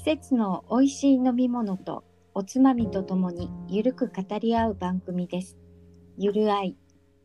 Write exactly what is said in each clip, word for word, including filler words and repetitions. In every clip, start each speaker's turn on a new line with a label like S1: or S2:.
S1: 節の美味しい飲み物とおつまみとともにゆるく語り合う番組です。ゆるあい。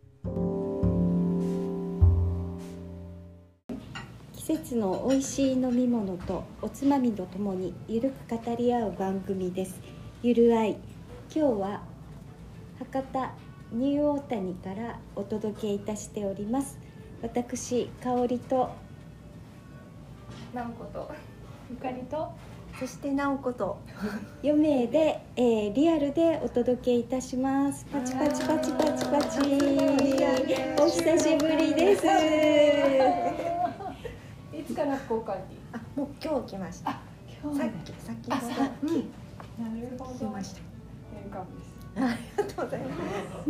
S1: 季節の美味しい飲み物とおつまみとともにゆるく語り合う番組です。ゆるあい。今日は博多ニューオータニからお届けいたしております。私香りと
S2: 直子とゆかりと
S3: そして直子と
S1: よめいで、えー、リアルでお届けいたします。パチパチパチパチパチ。お久しぶりです。
S2: いつから福岡に？
S3: あ、もう今日来ました。
S2: 今日
S3: さっき先ほど、
S2: さっき、
S3: うん、
S2: なるほど。
S3: 来ました。
S2: ウェルカムです。
S3: ありがとうございます。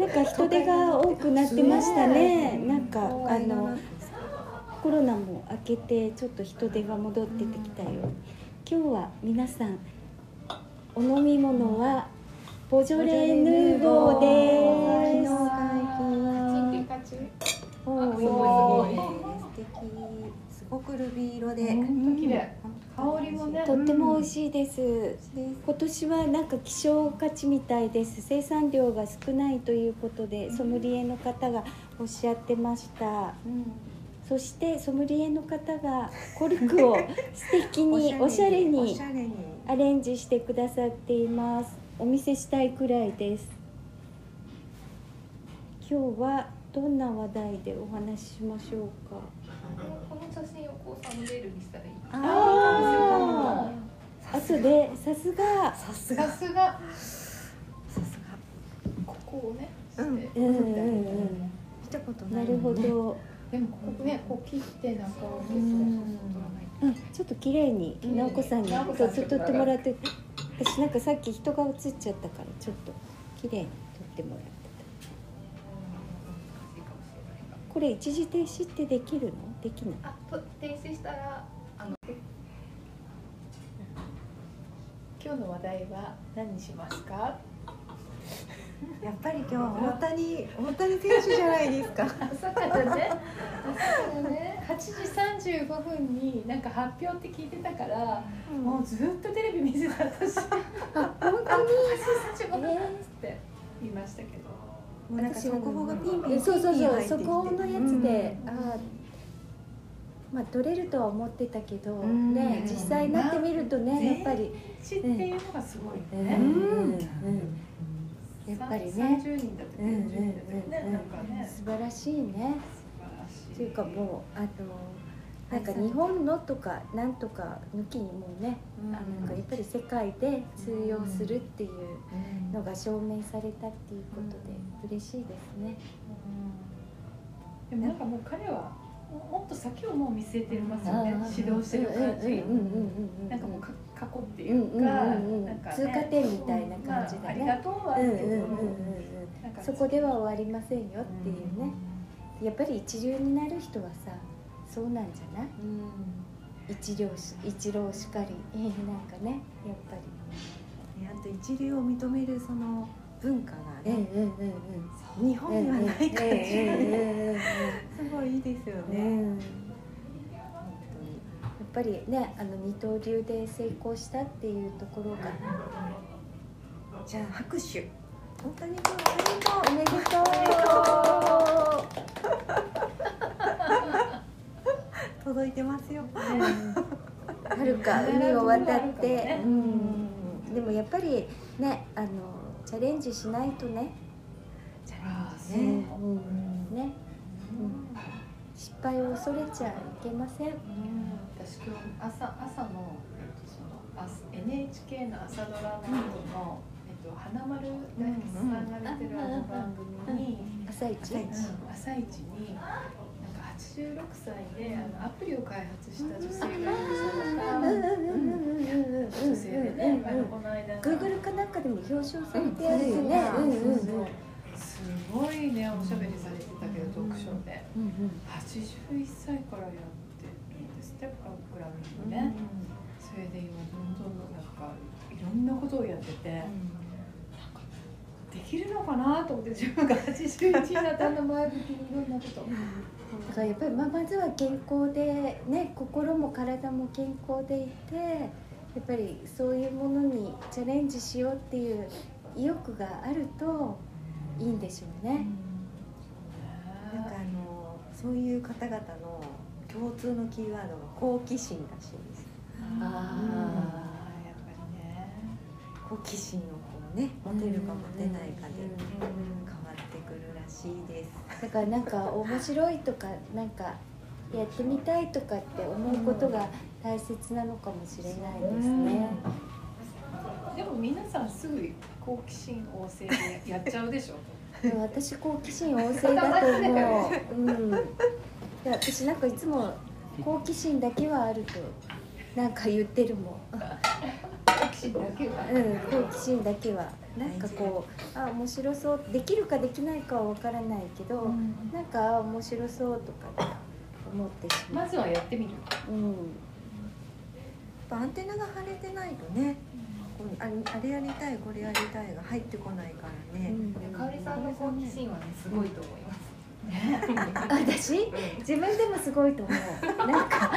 S1: なんか人手が多くなってましたね。なんかあのコロナも明けてちょっと人手が戻ってきたように。今日は皆さんお飲み物はボジョレ・ヌーボーです。
S2: カチ
S1: お
S2: すごいすごい
S3: 素敵。すごくルビー色で、
S2: 本当綺麗。香りもね、
S1: とっても美味しいです。今年はなんか希少価値みたいです。生産量が少ないということでソムリエの方がおっしゃってました。そしてソムリエの方がコルクを素敵におしゃれにアレンジしてくださっています。お見せしたいくらいです。今日はどんな話題でお話ししましょうか。
S2: この写真をこうサムネイルにしたらいい。
S1: ああ、あとでさすが
S3: さすが
S2: さすが
S3: さすが
S2: ここをねして、
S1: うんうんうん
S3: 見たことな。
S1: ないるほど。
S2: でもここねこう切ってなんかを取らない
S1: うん、ちょっと綺麗に直子さんに
S2: 直子さん
S1: 撮ってもらって、私なんかさっき人が映っちゃったからちょっと綺麗に撮ってもらってた。これ一時停止ってできるの？できない？
S2: あ、と停止したらあの今日の話題は何にしますか？
S3: やっぱり今日は大谷大谷選手じゃないですか。
S2: 朝からね、朝からね、はちじさんじゅうごふんになんか発表って聞いてたから、うん、もうずっとテレビ見てた私。あ、本当にはちじさんじゅうごふんって言いましたけど、
S3: もうなんか速報がピンピン
S1: そうそうそう、
S3: ピンピン入ってきて、
S1: 速報のやつで、
S3: うん、
S1: あまあ取れるとは思ってたけど、
S3: うん
S1: ね、実際になってみるとね、やっぱり
S2: 知っていうのがすごいね。
S1: うんうんうんやっぱりね、
S2: さんじゅうにんだってよんじゅうにんだってね、なんかね、
S1: 素晴らしいね。
S2: 素晴らしい。
S1: というかもうあのなんか日本のとかなんとか抜きにもね、うん、あなんかやっぱり世界で通用するっていうのが証明されたっていうことで嬉しいですね。
S2: うん、でもなんかもう彼はもっと先をもう見据えてますよね。指導してる感じ。なんかもうか過去っていうか、なんか
S1: 通過点みたいな感じだね。
S2: ありがとうはあるけど、
S1: そこでは終わりませんよっていうね。やっぱり一流になる人はさ、そうなんじゃない？一流し一郎しかり、えー、なんかね、やっぱり。
S3: あと一流を認めるその文化がね、
S1: うんうんうん、
S3: 日本にはない感じがね、すごいいいですよね。うん、
S1: やっぱりね、あの二刀流で成功したっていうところが、
S3: じゃあ拍手。本当に
S1: おめでとう。
S3: 届いてますよ。
S1: はるか海を渡って、うん、でもやっぱりね、あのチャレンジしないとね。
S3: チャレンジね。
S1: うん、ね、うん、失敗を恐れちゃいけません。うん、
S2: 私今日朝朝のえっとその エヌエイチケー の朝ドラの後の、えっと花丸大吉さんが出てるあの番組に
S1: 朝一
S2: 朝一朝一になんかはちじゅうろくさいであのアプリを開発した女性がいるされた女性でね、あのこの間
S1: Google かなんかでも表彰されてあるよね。
S2: すごいね、おしゃべりされてたけど読書ではちじゅういっさいからやってるんですって、プログラミングね。それで今どんどんなんかいろんなことをやってて、なんかできるのかなと思って自分がはちじゅういちになったの前向きにいろんなこと
S1: だからやっぱりまずは健康でね、心も体も健康でいて、 やっぱりそういうものにチャレンジしようっていう意欲があるといいんでしょうね。
S3: なんかあのそういう方々の共通のキーワードが好奇心らしいです。
S2: ああ、やっぱりね。
S3: 好奇心をこうね持てるか持てないかで変わってくるらしいです。
S1: だからなんか面白いとかなんかやってみたいとかって思うことが大切なのかもしれないですね。
S2: でも皆さんすぐ好奇心旺盛でやっちゃうでしょ。
S1: でも私好奇心旺盛だと思う。うん。いや私なんかいつも好奇心だけはあるとなんか言ってるもん。
S2: 好奇心だけは。
S1: うん、好奇心だけはなんかこうあ面白そうできるかできないかはわからないけど、うん、なんかあ面白そうとかって思ってしまう。
S2: まずはやってみる。
S1: うん。
S3: アンテナが張れてないとね。あれ、あれやりたいこれやりたいが入ってこないからね。
S4: かおりさんの好奇心はねすごいと思います。
S1: 私自分でもすごいと思う。なんかなんか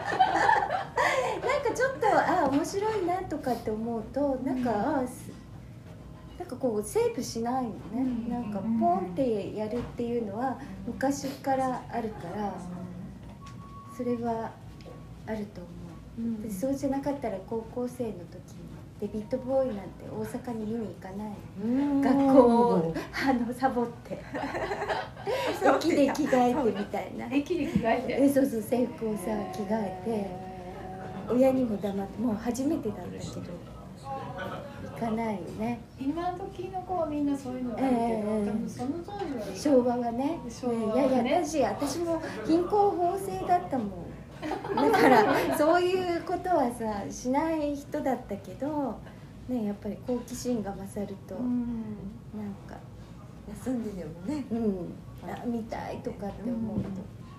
S1: ちょっとあ面白いなとかって思うとなんか、うん、あなんかこうセーブしないのね、うん、なんかポンってやるっていうのは昔からあるからそれはあると思う、うん、でそうじゃなかったら高校生の時にデビッド・ボーイなんて大阪に見に行かない学校をあのサボって駅で着替えてみたいな
S2: 駅で着替えて
S1: えそうそう制服をさ着替えて親にも黙ってもう初めてだったけど行かないよね。
S2: 今時の子はみんなそういうのあるけど、えー、多分その当時は
S1: 昭和はね
S2: 昭和はね、
S1: いやいや私私も貧困法制だったもんだからそういうことはさしない人だったけど、ね、やっぱり好奇心が勝ると、うん、なんか
S3: 休んででもね、
S1: うん、あ見たいとかって思うと、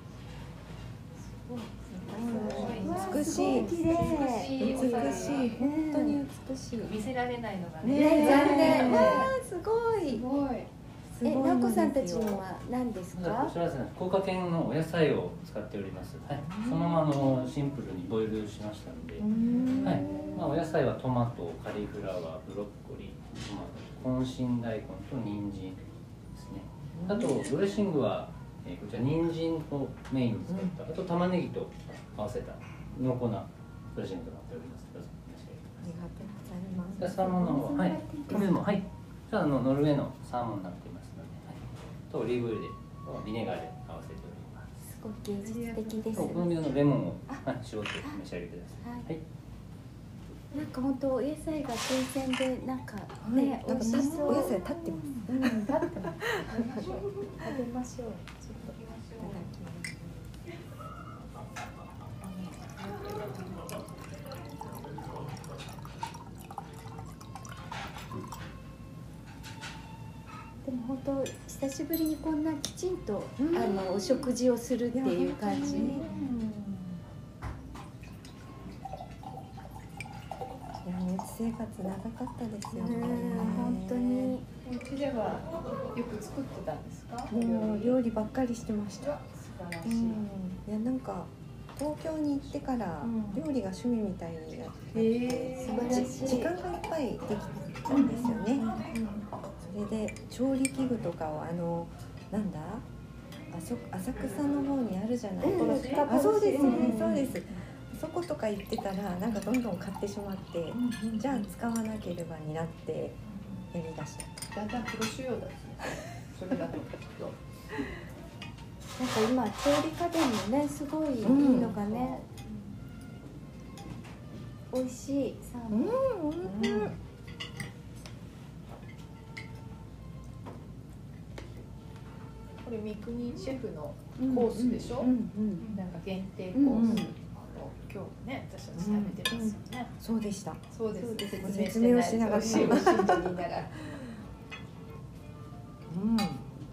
S3: うん、美しい
S1: 綺麗
S3: 美しい本当に美しい
S4: 見せられないのがね、
S1: ね、残念。わーすごい。
S2: すごい。
S1: え、なこさんたちのは何ですか？
S5: こちらですね、福岡県のお野菜を使っております。はい、そのままあのシンプルにボイルしましたので、はい、まあお野菜はトマト、カリフラワー、ブロッコリー、トマト、根辛大根と人参ですね。あとドレッシングは、えー、こちら人参をメインに使った、あと玉ねぎと合わせた濃厚なドレッシングとなっております。どうぞお召し上がりください。サーモンの方は、はい、これもはい、じゃあのノルウェーのサーモンになっていますので、はい、とオリーブオイルでビネガーで合わせております。
S1: すごく芸術的です。
S5: お好みのレモンを、はい、絞ってお召し上がりください。はい。はい、
S1: なんか本当お野菜が新鮮でなんかね、美味しそう。
S3: お野菜立ってます。
S1: うん、立ってます。食べましょう。食べましょう。ちょっといただきます。でも本当久しぶりにこんなきちんと、うん、あのお食事をするっていう感じ。
S3: 生活長かったですよね。
S1: 本当に。
S2: うちではよく作ってたんですか？
S3: もう料理ばっかりしてました。
S2: 素晴らしい。うん、
S3: いやなんか東京に行ってから料理が趣味みたいになって、
S1: 素晴らしい。
S3: 時間がいっぱいできたんですよね。うん、それで調理器具とかをあのなんだあそ浅草の方にあるじゃないですか。あ、そうですね、そうです。そことか行ってたらなんかどんどん買ってしまって、うん、じゃあ使わなければになってやりだした。
S2: だんだんプロ仕様だし、それだと。
S1: なんか今調理家電もねすごいいいのがね、うん、美味しいサーモン。うんうんうん、こ
S2: れ三國シェフのコースでしょ？うんうんうん、なんか限定コース。うんうん、今日ね、私たち食べてますよね。うんうん、
S3: そうでした。
S2: そうです。
S3: ご説明をしながら。
S2: しいおしんじゃ言いながら。
S3: うん。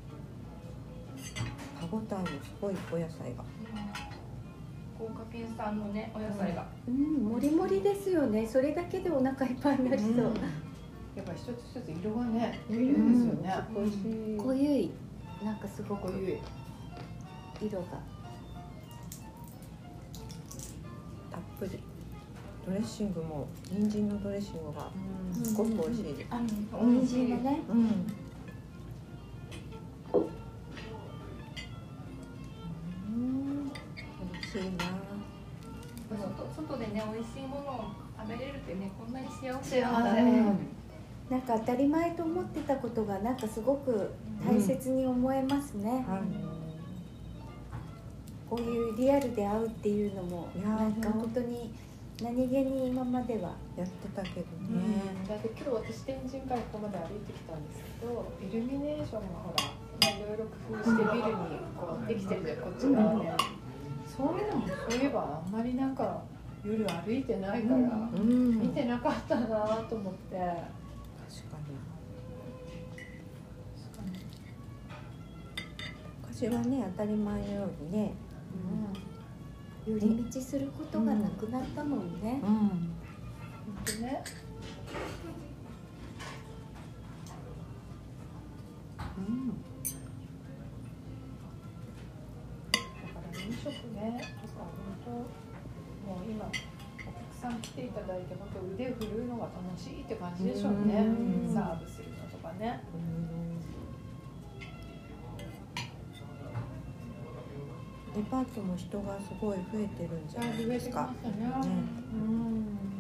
S3: 歯ごたえのすごいお野菜が。
S4: 福岡県産のね、お野菜が。
S1: うん、もりもりですよね。それだけでお腹いっぱいになりそう。うん、やっ
S2: ぱ一つ一つ色がね、綺麗ですよね。
S1: 美味しい。濃ゆい、なんかすごく
S2: 濃ゆい
S1: 色が。
S3: たっぷりドレッシングも人参のドレッシングがすごく美味しいです。
S1: あ、人参のね。
S3: うん。うん。美味しいな。
S4: 外外でね美味しいものを食べれるってねこんなに幸せ
S2: 幸
S4: なんだ
S2: せ
S4: ね。
S1: なんか当たり前と思ってたことがなんかすごく大切に思えますね。
S3: はい。
S1: こういうリアルで会うっていうのも
S3: いや
S1: なんか本当に何気に今までは
S3: やってたけど
S2: うん
S3: ね。
S2: だって今日私天神からここまで歩いてきたんですけど、イルミネーションがほら、まあ、いろいろ工夫してビルにこうできてるじゃん、こっち側ね。そういうのもそういえばあんまりなんか夜歩いてないから、
S3: うん。
S2: 見てなかったなと思って。
S3: 確かに。昔はね当たり前のようにね。
S1: 寄り道することがなくなったもんね。
S3: うん。
S2: 本当ね。
S3: うん。
S2: だから飲食ね、なんか本当もう今お客さん来ていただいて本当腕を振るうのが楽しいって感じでしょうね。
S3: うん
S2: サーブするのとかね。
S3: デパートも人がすごい増えてるんじゃないですか。
S2: 増えてきましたね。うん。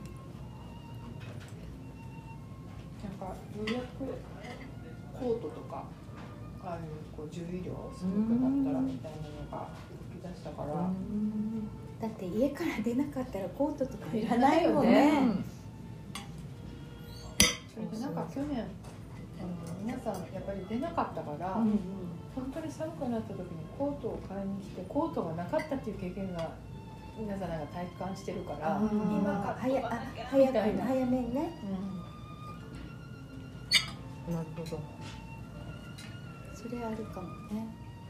S2: なんかようやくコートとかああいうこう重医療寒くなったらみたいなのが吹き出したから。
S1: だって家から出なかったらコートとかいらないもんね。
S2: それでなんか去年あの皆さんやっぱり出なかったから、
S1: うんうん、
S2: 本当に寒くなった時にコートを買いに来てコートがなかったっていう経験が皆さんなんか体感してるから今買っとかなきゃみ
S1: 早く
S2: たいな。
S1: 早めにね。
S3: うん。なるほど。
S1: それあるかもね。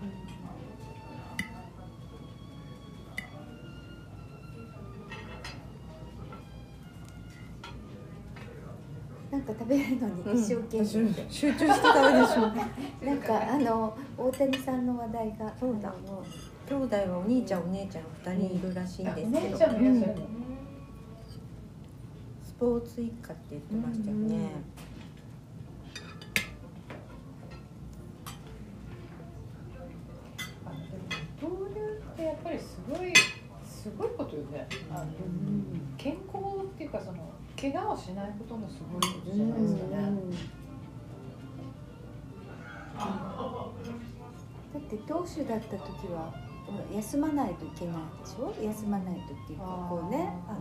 S1: なんか食べるのに一生懸命、
S3: うん、集中してたでしょ。
S1: なんかあの大谷さんの話題が
S3: そうだ
S1: あの
S3: 兄弟はお兄ちゃんお姉ちゃん二人いるらしいん
S2: お
S3: ですけど、
S2: 姉ちゃんもいらっしゃるの。
S3: スポーツ一家って言ってましたよね。
S2: あでも二刀流ってやっぱりすごいすごいことよね。あの健康っていうかその怪我をしないこともすごいことじゃないですかね。
S1: だって投手だった時はほら休まないといけないでしょ。休まないとっていうかこうね、あの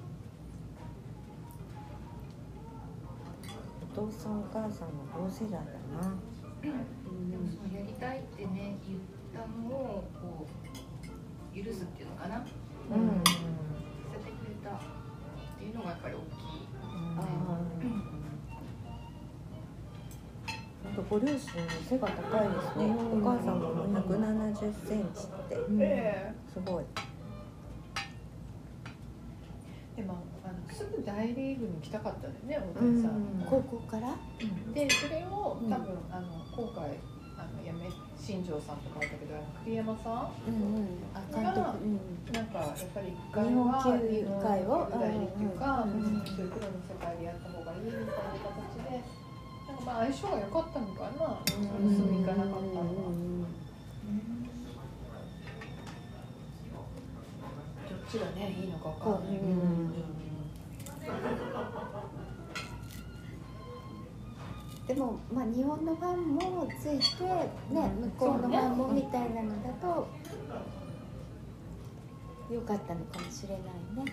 S3: お父さんお母さんの同世代だな。
S4: そうやりたいってね言ったのをこう許すっていうのかな、さ
S3: うん。
S4: せてくれたっていうのがやっぱり大きい。
S3: ああ。本当ご両親の背が高いですね。お母さんもひゃくななじゅっセンチって、
S2: え
S3: すごい。
S2: えでもあのすぐ大リーグに来たかったんだよね、大谷さん。
S3: うん
S1: 高校から
S2: でそれを多分、
S1: うん
S2: あの今回あの辞め新庄さんとかあったけど栗山さん、
S1: うんうんあ監督、うん
S2: なんかやっぱり一回は
S1: 日本球界を
S2: 日本球界っていうか、
S1: うんうん
S2: そういうプロの世界でやった方がいいみたいな形で、なんかまあ相性が良かったのかな、
S1: うん
S2: すぐ行かなかったのは。
S1: うんうん
S2: どっちがねいいのか分かんないけど、
S1: うんでも、まあ、日本のファンもついて、ね、向こうのファンもみたいなのだと良かったのかもしれないね。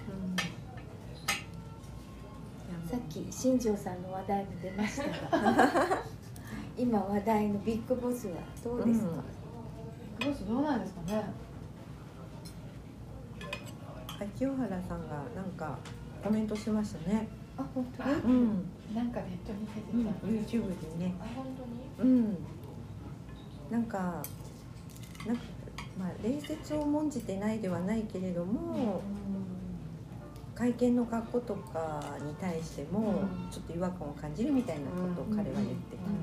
S1: さっき新庄さんの話題も出ましたが今話題のビッグボスはどうですか？
S2: ビッグボスどうなんですかね。
S3: 清原さんがなんかコメントしましたね。
S1: あ、本当に？
S3: うん。
S2: なんかネットに出て
S3: うん、
S2: た。
S3: YouTube でね。
S2: あ、本当に。
S3: うん。なんか、なんかまあ礼節を重んじてないではないけれども、会見の格好とかに対してもちょっと違和感を感じるみたいなことを彼は言ってた。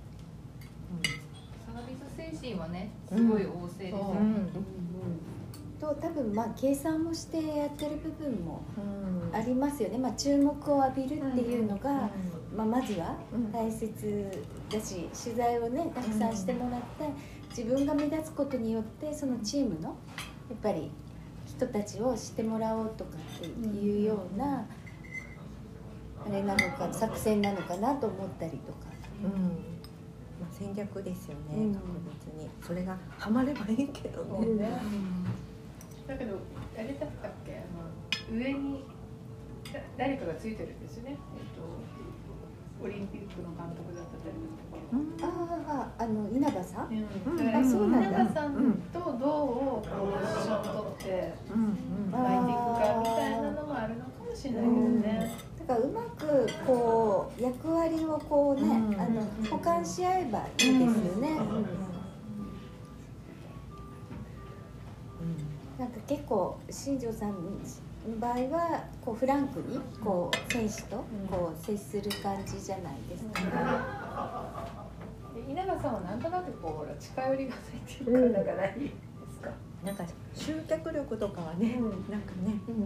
S4: サービス精神はねすごい旺盛ですよね。
S3: うん。
S1: と多分まあ計算もしてやってる部分もありますよね、まあ、注目を浴びるっていうのが、まあ、まずは大切だし、取材をねたくさんしてもらって自分が目立つことによってそのチームのやっぱり人たちを知ってもらおうとかっていうようなあれなのか作戦なのかなと思ったりとか、
S3: うんまあ、戦略ですよね、うん、確実にそれがハマればいいけどね、うんね
S2: だけどあれだったっけ、あの上に誰かがついてるんですよね、えっと、オリンピックの監督だった誰だったっけ、うん、
S1: ああ、あの稲葉さん、
S2: うん、だから稲葉さんとどうこう一緒に取って巻いていくかみたいなのもあるのかもしれないけどね、
S1: うん、だからうまくこう役割をこうね、うん、あの補完し合えばいいですよね、うんうん、なんか結構新庄さんの場合はこうフランクにこう選手とこう接する感じじゃないですか、
S2: ね、稲葉さんはなんとなくこうほら近寄りがないっていうか、なんかないですか、
S3: なんか集客力とかはね、うん、なんかね、うん、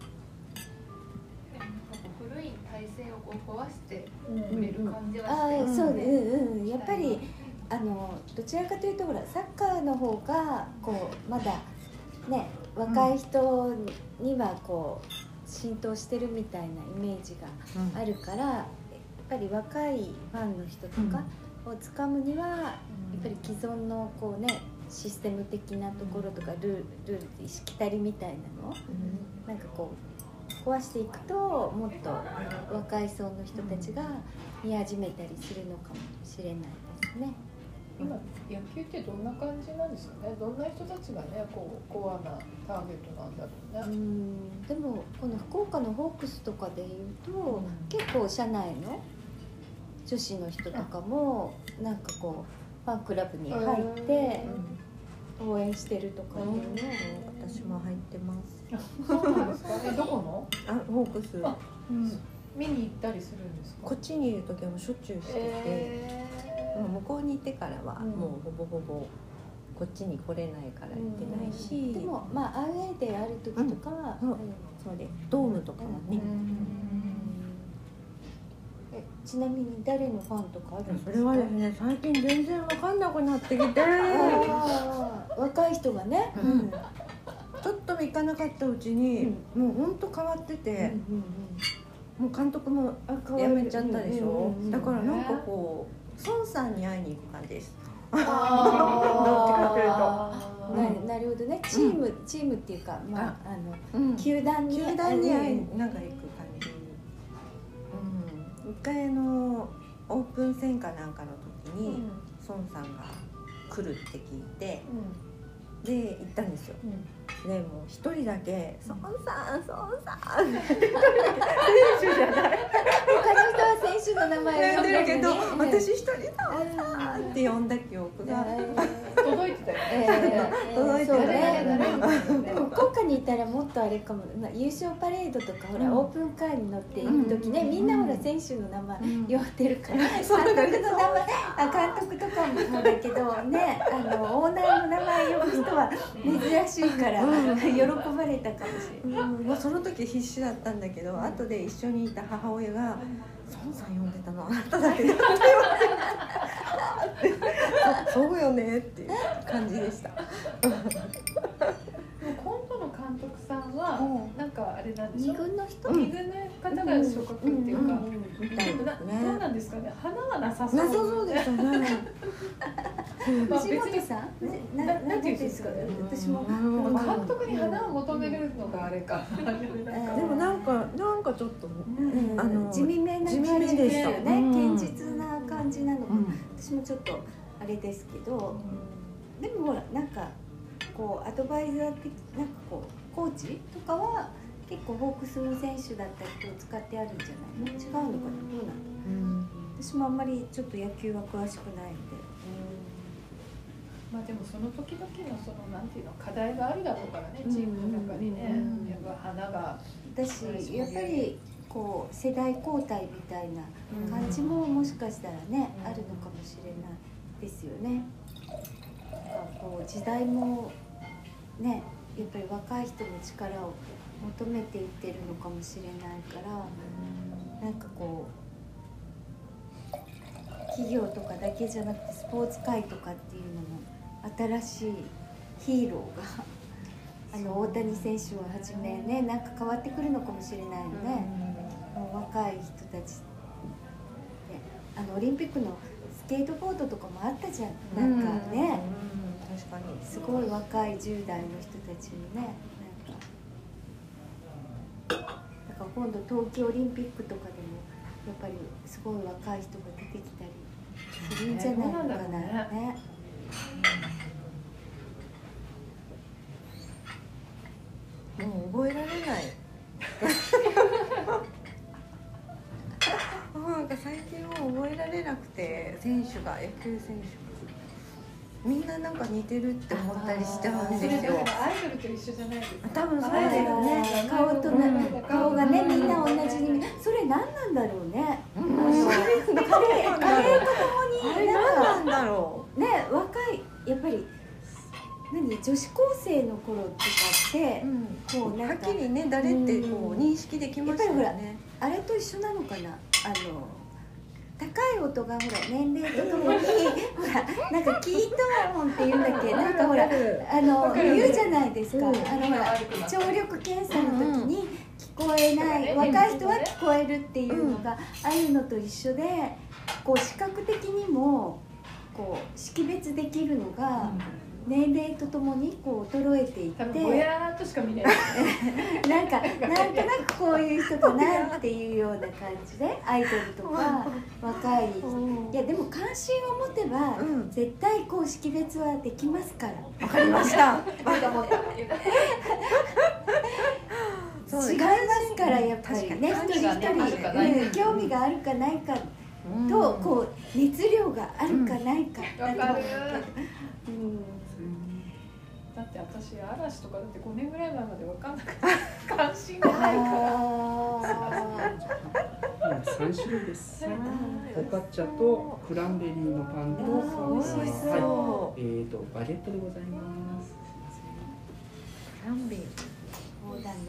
S4: 古い体制をこう壊してくれる感じはして、
S1: うんうん、あそうね、うんうん、やっぱりあのどちらかというとほらサッカーの方がこうまだね、若い人にはこう浸透してるみたいなイメージがあるから、うん、やっぱり若いファンの人とかをつかむには、うん、やっぱり既存のこうねシステム的なところとかルール、ルールしきたりみたいなのを、うん、なんかこう壊していくともっと若い層の人たちが見始めたりするのかもしれないですね。
S2: 今野球ってどんな感じなんですかね。どんな人たちがねこうコアなターゲットなんだろうね。
S1: うんでもこの福岡のホークスとかでいうと、うん、結構社内の女子の人とかもなんかこうファンクラブに入って応援してるとかいうの、うん、
S3: 私も入ってます。
S2: そうなんですか。えどこの？
S3: あホークス。
S2: うん、見に行ったりするんですか。
S3: こっちにいる時はもうしょっちゅうしてて。えーもう向こうに行ってからはもうほぼほぼこっちに来れないから行ってないし、
S1: うん、でもまあアウェーである時とかは、
S3: うんうん、そうでドームとかはね、うんうん、
S1: えちなみに誰のファンとかあるんですか。
S3: それはですね最近全然分かんなくなってきて
S1: 若い人がね、
S3: うん、ちょっとも行かなかったうちに、うん、もうほんと変わってて、うんうんうん、もう監督も辞めちゃったでしょ、うんうんうん、だからなんかこう孫さんに会いに行く感じです。どっちかという
S1: と、なるほどね。チーム、うん、チームっていうか、まああの、うん、球団に
S3: 球団に会いなんか行く感じ。うん。一回のオープン戦かなんかの時に、うん、孫さんが来るって聞いて、うん、で行ったんですよ。うんでも一人だけ「孫さん孫さん」選手じゃない
S1: 他の人は選手の名前を呼んでる
S3: けど私一人「孫さん」って呼んだ記憶が
S2: 届いてたよね。
S3: 届いてたね。
S1: でも福岡にいたらもっとあれかも、まあ、優勝パレードとかほらオープンカーに乗っている時ねみんなほら選手の名前呼んでるから監督の名前あ監督とかもだけどねあのオーナーの名前呼ぶ人は珍しいから喜ばれたかもしれない、
S3: うんまあ、その時必死だったんだけど、うん、後で一緒にいた母親が「孫さん呼んでたのあなただけど」って言われてそうよねっていう感じでした。
S2: 今度の監督さんはなんかあれなんでしょう。
S1: 二軍の人？
S2: 二軍の方が昇格っていうか、みたいな。どうなんですかね。花はなさそう。
S3: なさそうですよね。
S1: 藤本さん？ななんていうんですかね。私も
S2: 監督に花を求めるのがあれか。
S3: でもなんかなんかちょっと
S1: あの地味めな感じですよね。堅実な感じなのか。私もちょっとあれですけど、でもほらなんか。こうアドバイザー的なんかこうコーチとかは結構ホークスの選手だった人を使ってあるんじゃないの？違うのかなどうなの？うん、私もあんまりちょっと野球は詳しくないので、
S2: まあでもその時々のそのなんていうの課題があるだろうからね、チームの中にね、うん、やっぱ花が
S1: 私やっぱりこう世代交代みたいな感じももしかしたらね、うん、あるのかもしれないですよね。こう時代もねやっぱり若い人の力を求めていってるのかもしれないから、なんかこう企業とかだけじゃなくてスポーツ界とかっていうのも新しいヒーローがあの大谷選手をはじめね、なんか変わってくるのかもしれないよね。もう若い人たちで、あのオリンピックのスケートボードとかもあったじゃん、なんかね、
S3: 確かに
S1: すごい若いじゅう代の人たちにね、なんかだから今度冬季オリンピックとかでもやっぱりすごい若い人が出てきたりするんじゃないのかなね。
S3: もう覚えられないなんか最近もう覚えられなくて、選手が野球選手みんななんか似てるって思ったりしちゃうんですよ。
S2: アイドルと一緒じゃないですか。
S3: 多分そうだよね。
S1: 顔とな顔がね、みんな同じに、それ何なんだろうね。あのカレーとともに
S3: 何なんだろ
S1: うね、若いやっぱり何女子高生の頃とかって、こうなんか
S3: はっきりね誰ってこう認識できましたよね。
S1: あれと一緒なのかな、あの高い音がほら年齢とともにほらなんかキートーンって言うんだっけ、なんかほらあの言うじゃないですか、あのほら聴力検査の時に聞こえない、若い人は聞こえるっていうのが、ああいうのと一緒で、こう視覚的にもこう識別できるのが年齢とともにこう衰えていって、
S2: 多分ぼやーっとしか見ない
S1: なんかなんとなくこういう人かなっていうような感じで、アイドルとか若い、いやでも関心を持てば、うん、絶対こう識別はできますから。
S3: わかりました。
S1: 違いますから、やっぱりね、一人一人興味があるかないかと、こう熱量があるかないかだと思うけど、
S2: だって私嵐とかだってごねんぐらい前まで分かんなくて関心がないから
S6: さん種類です。フォカッチャとクランベリーのパンと、
S3: 美味しそう、
S6: はい、えっとバゲットでございます。
S3: クランベリー、
S1: そうだね。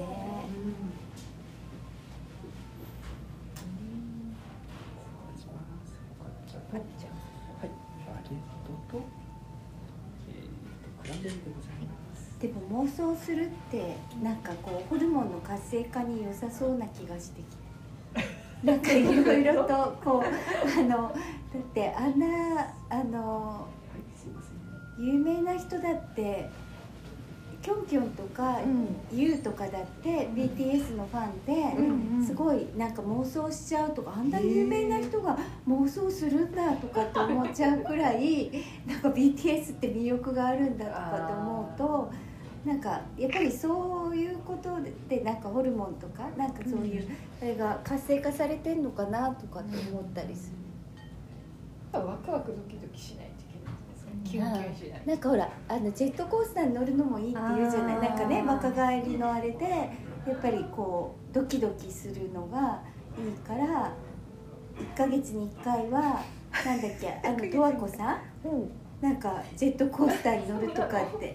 S6: はい、バゲットと、えー、とクランベリーでございます。
S1: でも妄想するってなんかこうホルモンの活性化に良さそうな気がしてきてなんかいろいろとこうあのだってあんなあの有名な人だってキョンキョンとか、うん、ユウとかだって ビーティーエス のファンで、うんうん、すごいなんか妄想しちゃうとか、あんな有名な人が妄想するんだとかって思っちゃうくらいなんか ビーティーエス って魅力があるんだとかって思うと、なんかやっぱりそういうことでなんかホルモンとかなんかそういうあれが活性化されてんのかなとかって思ったりする。
S2: ワクワクドキドキしないといけないですね。キュンキュンしない。
S1: なんかほらあのジェットコースターに乗るのもいいって言うじゃない。なんかね、若返りのあれでやっぱりこうドキドキするのがいいからいっかげつにいっかいはなんだっけあの十和子さん、うん、なんかジェットコースターに乗るとかって。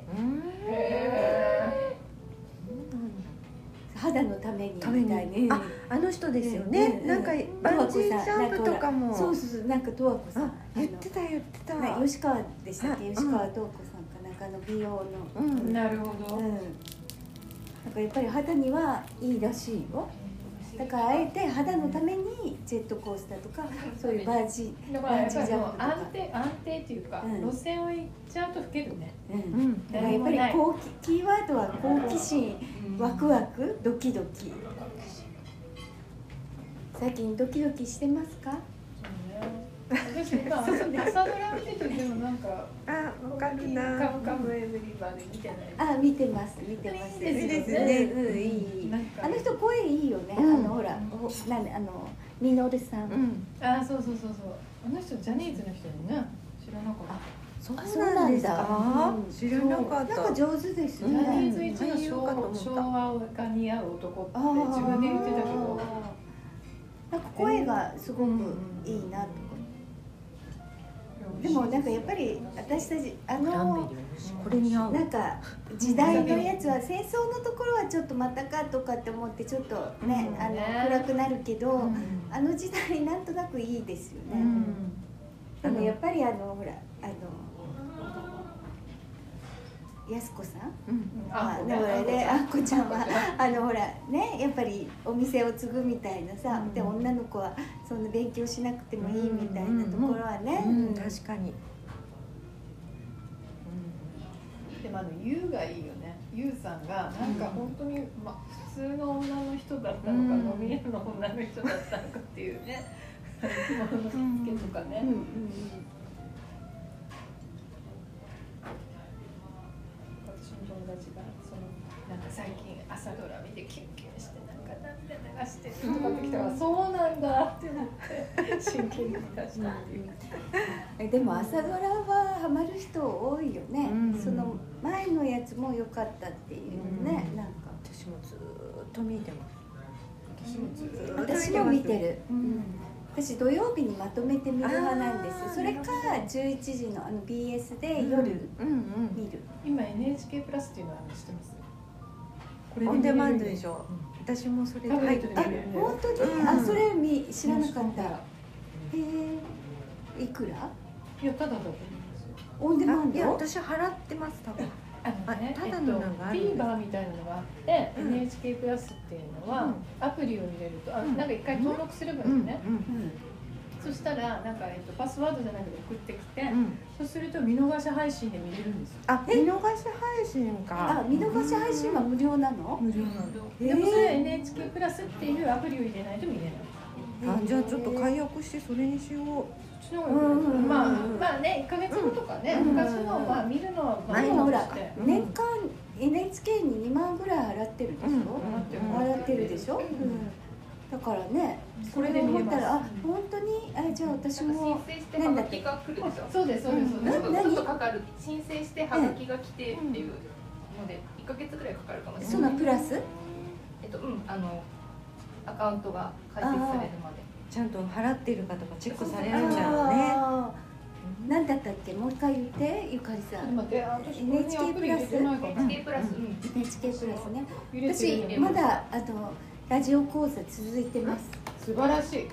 S1: 肌のためにみたいに、
S3: あ、あの人ですよね。なんかバンジージャンプとかも、
S1: そうそうそう、なんか十和子さん
S3: 言ってた言ってた。
S1: 吉川でしたっけ、吉川十和子さんかなんかの美容の。
S2: なるほど。
S1: なんかやっぱり肌にはいいらしいよ。だからあえて肌のためにジェットコースターとかそういうバージ
S2: だからやっぱりもう安定安定っていうか、路線を行っちゃうと老けるね。
S1: だからやっぱり好奇キーワードは好奇心、ワクワク、ドキドキ。最近ドキドキしてますか？
S2: 私まあ朝ドラ見ててでもなんか
S3: あ、わかるな。
S2: カムカムエヴリバディ見てない。
S1: あ、見てます見てます。
S2: いいですね。
S1: うん、いい。あの人声いいよね。あのほら、なんであのミノルさん。
S2: あ、そうそうそうそう。あの人ジャニーズの人にね、知らなかった。
S1: そうなんですか。
S3: 知らなかった。
S1: なんか上手ですね。
S2: ジャニーズ一の昭和が似合う男って自分で言ってたけど、
S1: なんか声がすごくいいなとか。でもなんかやっぱり私たちあの
S3: これに合う。
S1: なんか時代のやつは戦争のところはちょっとまたかとかって思ってちょっとね、
S2: うん
S1: あの
S2: ね
S1: 暗くなるけど、
S2: うん
S1: あの時代なんとなくいいですよね。
S2: うん
S1: でもやっぱりあのほらあの安子さん、あでもねあっこちゃんはあのほらねやっぱりお店を継ぐみたいなさ、で女の子はそんな勉強しなくてもいいみたいなところはね、
S3: うん確かに。
S2: でもあのユウがいいよね。ユウさんがなんか本当に、まあ、普通の女の人だったのか、飲み屋の女の人だったのかっていうね着物の着付けとかね、
S1: うんうんうん
S2: 私の友達がそのなんか最近朝ドラ見てキュンキュンしてなんか涙流してるとかってきたから、そうなんだって思って真剣に出したっていう。
S1: えでも朝ドラはハマる人多いよね、
S3: うん
S1: その前のやつも良かったっていうね、
S3: うん
S1: なんか
S3: 私もずーっと見てます。
S2: 私もずっと
S1: 私も見てる、
S3: うん
S1: 私土曜日にまとめて見る派なんですよ。
S3: あー
S1: それかじゅういちじのあの ビーエス で夜
S3: うんうん
S1: 見る、
S2: 今 エヌエイチケー プラスっていうのは知ってます？これ
S3: オンデマンドでしょ。私もそれで入って
S1: あ
S3: る。
S1: 本当に、
S3: うん
S1: あそれみ知らなかった。へえいくら
S2: いやただだと思うんですよ。
S1: オンデマン
S3: いや
S1: ド
S3: 私払ってます多分。
S2: あのね、
S3: あただのなんかあるんです
S2: えっと、TVer みたいなのがあって、
S3: うん
S2: エヌエイチケー プラスっていうのは、
S3: うん
S2: アプリを入れると、あ
S3: うん
S2: なんか一回登録すればいい
S3: うん
S2: のね、
S1: うん
S2: そしたらなんか、えっと、パスワードじゃなくて送ってきて、
S3: うん。
S2: そうすると見逃し配信で見れるんですよ。
S3: あ見逃し配信か。
S1: あ見逃し配信は無料なの？
S3: 無料なんだ。
S1: えー
S2: でもそれは エヌエイチケー プラスっていうアプリを入れないと見れない。
S3: あじゃあちょっと解約してそれにしよう。
S2: そっちの方
S1: うんうんうんうん
S2: がまあまあねいっかげつごとかね、
S1: うん
S2: 昔のまあ見るのはまあ
S3: ない
S1: でもほら
S2: として
S3: うん
S1: 年間 エヌエイチケー ににまんぐらい払ってるでしょ、
S3: うん
S1: 払ってるでしょ、うんだからねこれで思ったらあ本当にあじゃあ私も
S4: 申請してハガキが来るでしょ。
S2: そうですそうですそうです。
S4: ちょっとちょっとかかる。申請してハガキが来てっていうのでいっかげつぐらいかかるかもしれ
S1: そ
S4: ない。
S1: のプラス
S4: えっとうんあのアカウントが開設されるまで。
S3: ちゃんと払ってるかとかチェックされるんだろうね。
S1: あー何だったっけもう一回言ってゆかりさ
S2: ちょっと
S1: ん
S2: 待って私これにアプリ入れてないかな。
S4: エヌエイチケー プラス。うん
S1: エヌエイチケー プラスね
S2: 入れてる
S1: 私まだあとラジオ講座続いてます
S2: 素晴らしい。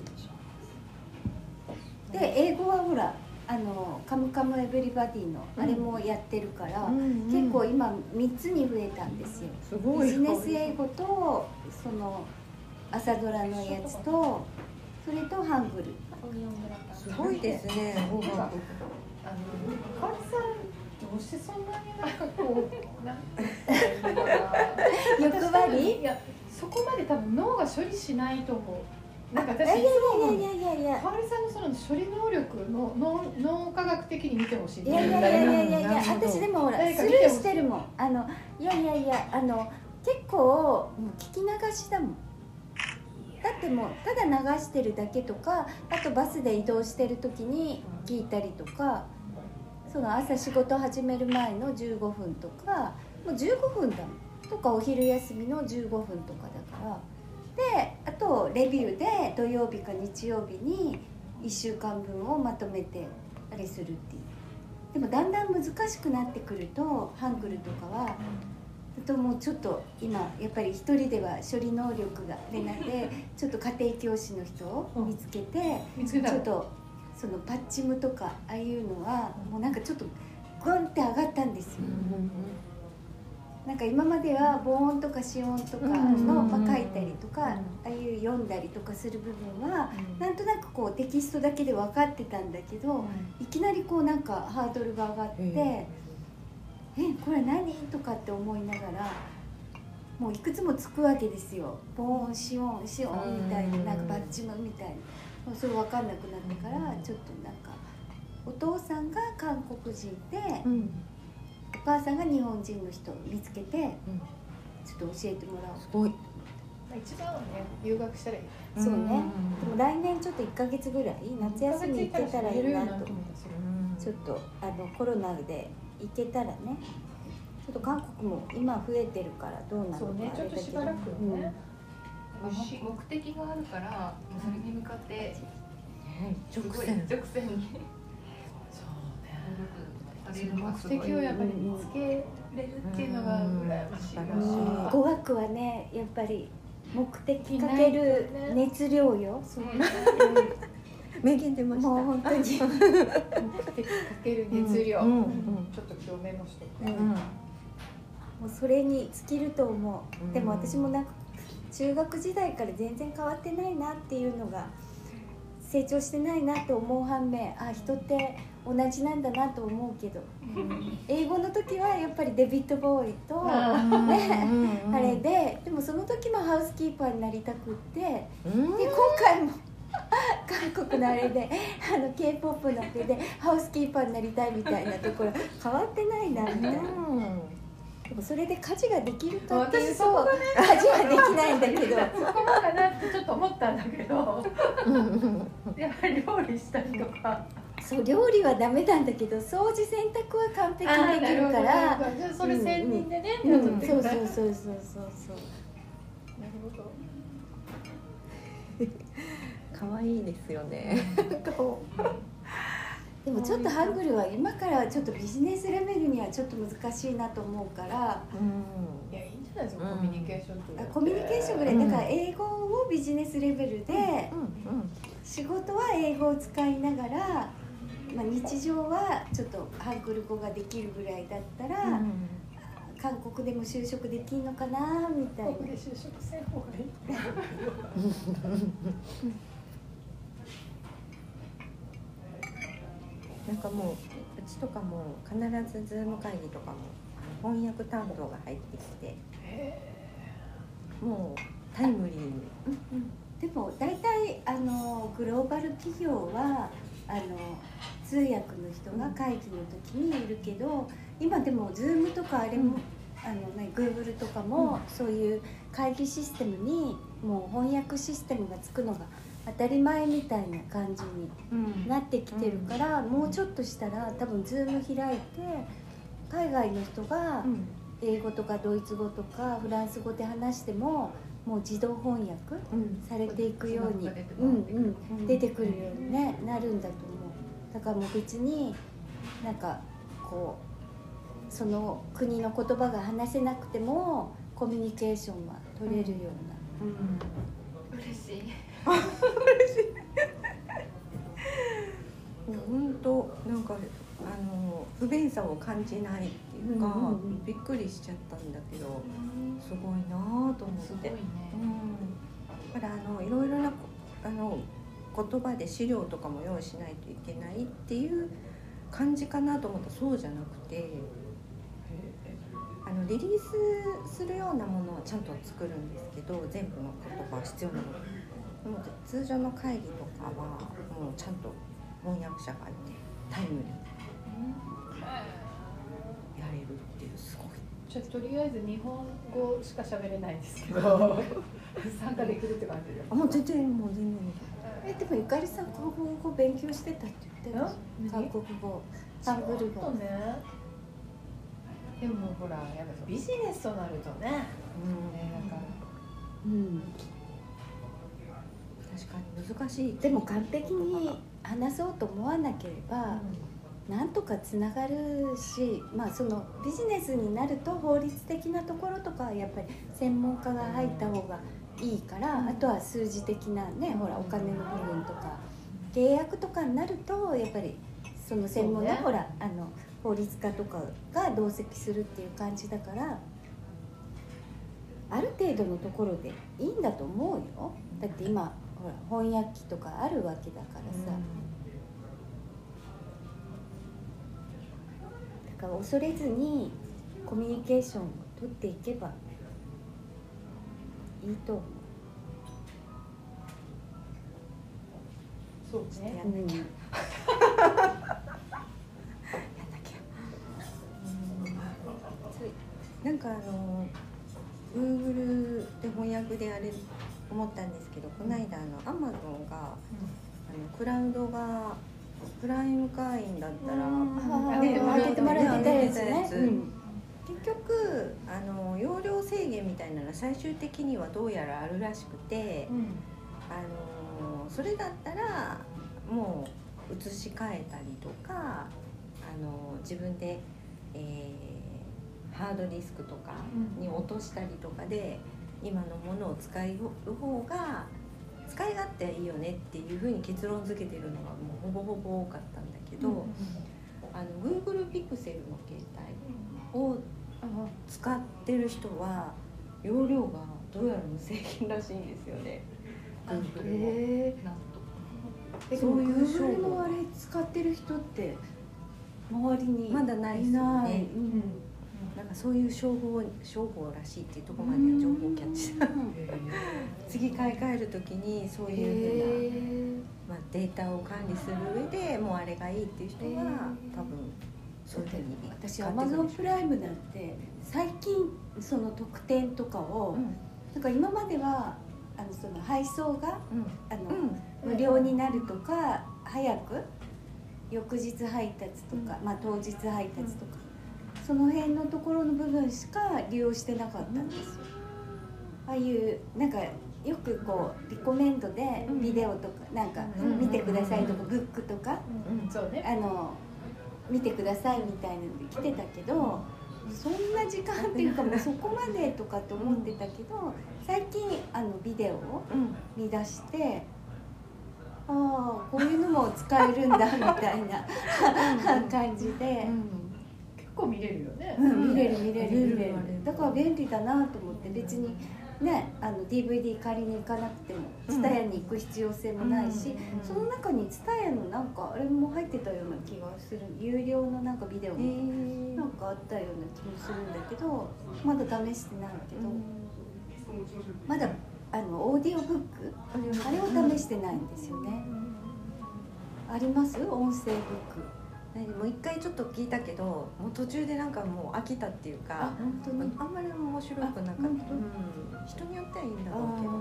S1: で英語はほらあのカムカムエブリバディのあれもやってるから、
S3: うん
S1: 結構今みっつに増えたんですよ
S3: すごい。
S1: ビジネス英語とその朝ドラのやつとそれとハングル
S3: すごいですね。語学。
S2: あのかおりさんどうしてそんなになんかこうなんて言ったらいいのかな。
S1: 欲張り
S2: いやそこまで多分脳が処理しないと思う。なんか私
S1: いやい
S2: いつも
S1: やいやいやいやいや
S2: かおりさんのその処理能力の脳脳科学的に見てほしい。
S1: いやいやいやいやいやいや
S3: なるほど
S1: 私でもほら
S2: 誰か
S1: スルー
S2: 見てほしい
S1: してるもんあのいやいやいやあの結構もう聞き流しだもんだってもうただ流してるだけとかあとバスで移動してる時に聞いたりとかその朝仕事始める前のじゅうごふんとかもうじゅうごふんだもんとかお昼休みのじゅうごふんとかだからであとレビューで土曜日か日曜日にいっしゅうかんぶんをまとめてあれするっていうでもだんだん難しくなってくるとハングルとかはあともうちょっと今やっぱり一人では処理能力があれなんでちょっと家庭教師の人を見つけて
S2: 見つけたの
S1: ちょっとそのパッチムとかああいうのはもうなんかちょっとグンって上がったんですよなんか今までは母音とか子音とかの、まあ、書いたりとかああいう読んだりとかする部分はなんとなくこうテキストだけで分かってたんだけどいきなりこうなんかハードルが上がってえこれ何とかって思いながらもういくつもつくわけですよ母音子音子音みたいななんかバッチムみたいなもうそれ分かんなくなってからちょっとなんかお父さんが韓国人で
S3: うん。
S1: お母さんが日本人の人を見つけてちょっと教えてもらおう
S3: すごい。
S2: 一番はね留学したらいい。
S1: そうね、でも来年ちょっといっかげつぐらい夏休み行けたらいいなと思ってちょっとあのコロナで行けたらねちょっと韓国も今増えてるからどうなのか
S2: そうねちょっとしばらく
S1: うん
S2: ね。
S4: 目的があるからそれに向かってすごい
S3: 直線。
S4: 直線に
S2: そうね。
S4: されるのが
S2: 目
S4: すごい。
S2: 的をやっぱり見つけれるっていうのが羨ましいな。
S3: うん
S1: 語学はねやっぱり目的かける熱量よ。
S2: そうね。
S3: 名言出ました。
S1: もう本当に
S2: 目的かける熱量。
S3: うんうん
S2: ちょっと今日メモしとく。
S3: うん
S1: もうそれに尽きると思う、
S3: うん
S1: でも私もなんか中学時代から全然変わってないなっていうのが成長してないなと思う反面、あ人って同じなんだなと思うけど、英語の時はやっぱりデビッド・ボーイと、ねあれででもその時もハウスキーパーになりたくってで
S3: うん
S1: 今回も韓国のあれであの K-ポップ のあれでハウスキーパーになりたいみたいなところ変わってないなみたいな。でもそれで家事ができるかっていうと、
S2: 私そこがね
S1: 家事はできないんだけど
S2: そこまかなってちょっと思ったんだけど、やっぱり料理したりとか。
S1: そう料理はダメなんだけど掃除洗濯は完璧にできるから
S2: あーなるほどなるほどじゃあそれ専任でね、
S1: うん
S2: 雇って
S1: そう
S2: ください。
S1: そうそうそうそうそう
S2: なるほど。
S3: 可愛いですよね。
S1: でもちょっとハングルは今からはちょっとビジネスレベルにはちょっと難しいなと思うから
S3: うん
S2: いやいいんじゃないですか、
S3: うん
S2: コミュニケーションと
S1: あコミュニケーションぐらい、
S3: うん
S1: だから英語をビジネスレベルで、
S3: うん
S1: 仕事は英語を使いながら、まあ、日常はちょっとハングル語ができるぐらいだったら、
S3: うん
S1: 韓国でも就職できんのかなみたいな
S2: ここで就職せん方がいい。
S3: なんかもううちとかも必ずズーム会議とかも翻訳担当が入ってきてもうタイムリーに
S1: でも大体あのグローバル企業はあの通訳の人が会議の時にいるけど今でも Zoom とかあれも、
S3: うん
S1: あのね Google とかも、そういう会議システムにもう翻訳システムがつくのが当たり前みたいな感じになってきてるから、もうちょっとしたら多分 Zoom 開いて海外の人が英語とかドイツ語とかフランス語で話してももう自動翻訳されていくように、うんうん、出てくるように、ね、なるんだと思う。だからもう別になんかこうその国の言葉が話せなくてもコミュニケーションは取れるような、
S4: 嬉しい。
S3: 本当なんかあの不便さを感じないっていうか、
S1: うんうんうん
S3: びっくりしちゃったんだけどすごいなぁと思って。
S4: すごいね。
S3: うん、だからあのいろいろなあの言葉で資料とかも用意しないといけないっていう感じかなと思ったらそうじゃなくてあのリリースするようなものをちゃんと作るんですけど全部の言葉は必要なのでも通常の会議とかはもうちゃんと翻訳者がいてタイムリーにやれるっていうすごい。
S2: じゃあとりあえず日本語しか喋れないですけど参加できるって感じで。
S3: あもう全然もう全然
S1: えでもゆかりさん韓国語勉強してたって言ってた
S2: ん
S1: 韓国語ハングル
S2: ちょっと
S1: 語
S2: ね。でもほらやっぱビジネスとなるとね。ねだから。
S1: うん
S3: 確かに難しい。
S1: でも完璧に話そうと思わなければ、なんとかつながるし、まあそのビジネスになると法律的なところとかはやっぱり専門家が入った方がいいから、あとは数字的なね、ほらお金の部分とか契約とかになるとやっぱりその専門の、
S2: そうね
S1: ほらあの法律家とかが同席するっていう感じだから、ある程度のところでいいんだと思うよ。だって今ほら翻訳機とかあるわけだからさ、だから恐れずにコミュニケーションを取っていけばいいと思う。
S2: そうね。
S1: やんなきゃ、やんなきゃ。
S3: なんかあの Google で翻訳であれ思ったんですけど、この間あの Amazon が、あのクラウドがプライム会員だったら、
S1: あ
S3: ね
S1: あげてもらってたやつね
S3: 上げてたやつ。結局あの容量制限みたいなのは最終的にはどうやらあるらしくて、あのそれだったらもう移し替えたりとか、あの自分で、えー、ハードディスクとかに落としたりとかで今のものを使いる方が使い勝手はいいよねっていうふうに結論付けてるのがもうほぼほぼ多かったんだけど、うんうん、あの Google Pixel の携帯を使ってる人は容量がどうやら無制限らしいんですよね。
S1: へえ。そういう Google のあれ使ってる人って周りに
S3: まだないですよね。うん、なんかそういう商法商法らしいっていうところまでは情報をキャッチした。次買い替えるときにそういうふうな、まあ、データを管理する上でもうあれがいいっていう人は多分そういうふうに
S1: 私 Amazon プライムなんて最近その特典とかを、うん、なんか今まではあのその配送が、うん、あの、うん、無料になるとか早く翌日配達とか、うんまあ、当日配達とか、うん、その辺のところの部分しか利用してなかったんですよ。ああいうなんかよくこうリコメンドでビデオとかなんか見てくださいとかブックとかあの見てくださいみたいなので来てたけど、そんな時間っていうかもうそこまでとかって思ってたけど、最近あのビデオを見出して、ああこういうのも使えるんだみたいな感じで、
S2: 結構見れるよね。
S1: うん、見れる見れる見れる。だから便利だなと思って、別にね、あの ディーブイディー 借りに行かなくても ツタヤ に行く必要性もないし、その中に ツタヤ のなんかあれも入ってたような気がする、有料のなんかビデオもなんかあったような気もするんだけど、まだ試してないけど、まだあのオーディオブックあれを試してないんですよね。あります？音声ブック。
S3: もう一回ちょっと聞いたけど、もう途中でなんかもう飽きたっていうか、あ、本当にあんまり面白くなかった、うん、人によってはいいんだろうけど、うん、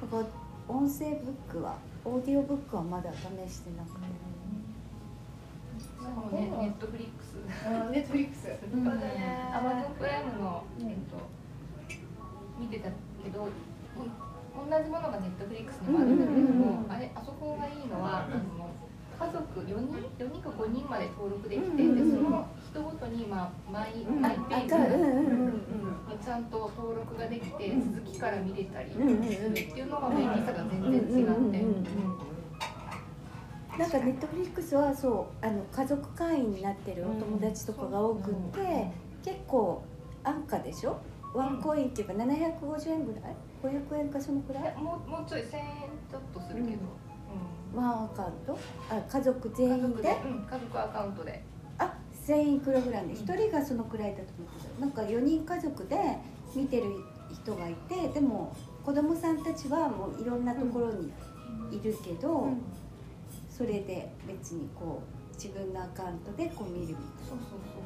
S1: だから音声ブックはオーディオブックはまだ試してなくて、
S4: うん、ネットフリックス
S2: ネットフリックス
S4: アマゾンプライムの、えっと、見てたけど同じものがネットフリックスにもあるんだけれども、あれあそこがいいのは、あの家族よにん、よにんかごにんまで登録できて、でその人ごとに、まあ、マイ、マイページにちゃんと登録ができて、続きから見れたりするっていうのが便利さが全然違って、
S1: なんかネットフリックスはそうあの家族会員になってるお友達とかが多くって、結構安価でしょ。ワンコインっていうかななひゃくごじゅうえんぐらい、ごひゃくえんかそのくらい、
S4: もう、もうちょいせんえんちょっとするけど、
S1: ワンアカウント、あ家族全員で、
S4: 家族で、うん、家族アカウントで、
S1: あせんえんいくらぐらいで、ひとりがそのくらいだと思うけど、なんかよにん家族で見てる人がいて、でも子供さんたちはもういろんなところにいるけど、うん、それで別にこう自分のアカウントでこう見るみたいな。
S4: そうそうそう、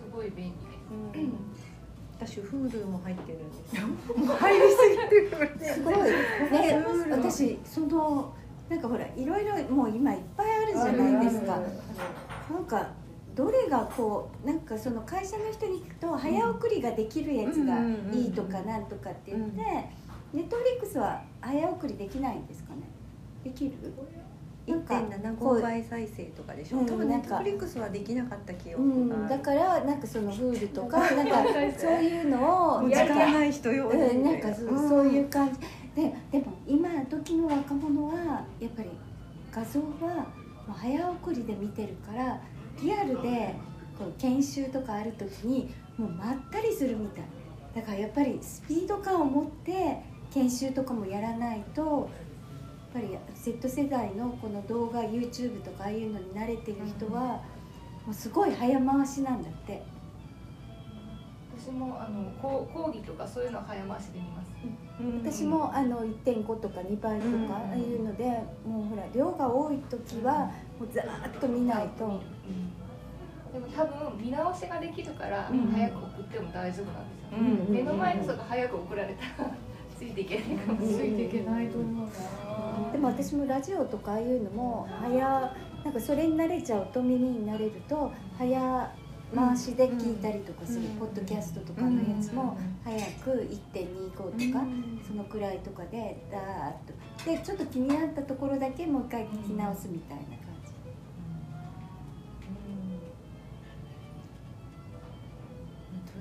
S4: すごい便利です、うん、
S3: 私 Hulu も入ってるんですよ。
S1: 入りすぎてるすごいね。私そのなんかほらいろいろもう今いっぱいあるじゃないですか。なんかどれがこうなんかその会社の人に聞くと早送りができるやつがいいとかなんとかって言って、ネットフリックスは早送りできないんですかね。できる？
S3: いってんななごばい再生とかでしょ。多分ネットフリックスはできなかった記憶がある。
S1: だからなんかその Hulu とかなんかそういうのを
S3: 時間ない人用
S1: でなんかそういう感じで、でも今時の若者はやっぱり画像はもう早送りで見てるから、リアルでこう研修とかある時にもうまったりするみたい。だからやっぱりスピード感を持って研修とかもやらないと、やっぱり Z 世代のこの動画 YouTube とかああいうのに慣れてる人はもうすごい早回しなんだって。
S4: 私もあの講義とかそういうの早回しで見ます。
S1: 私もあの いってんご とかにばいとかああいうので、もうほら量が多い時はもうザーッと見ないと、うんうん、
S4: でも多分見直しができるから、うん、早く送っても大丈夫なんですよ、うん、目の前の人が早く送られたらついていけないかもしれない、ついていけないと思うな。
S1: でも私もラジオとかああいうのも早なんかそれに慣れちゃうと、耳に慣れると早回しで聞いたりとかする、うん、ポッドキャストとかのやつも早く いってんにご とか、うん、そのくらいとかでダーッとでちょっと気になったところだけもう一回聞き直すみたいな感じ、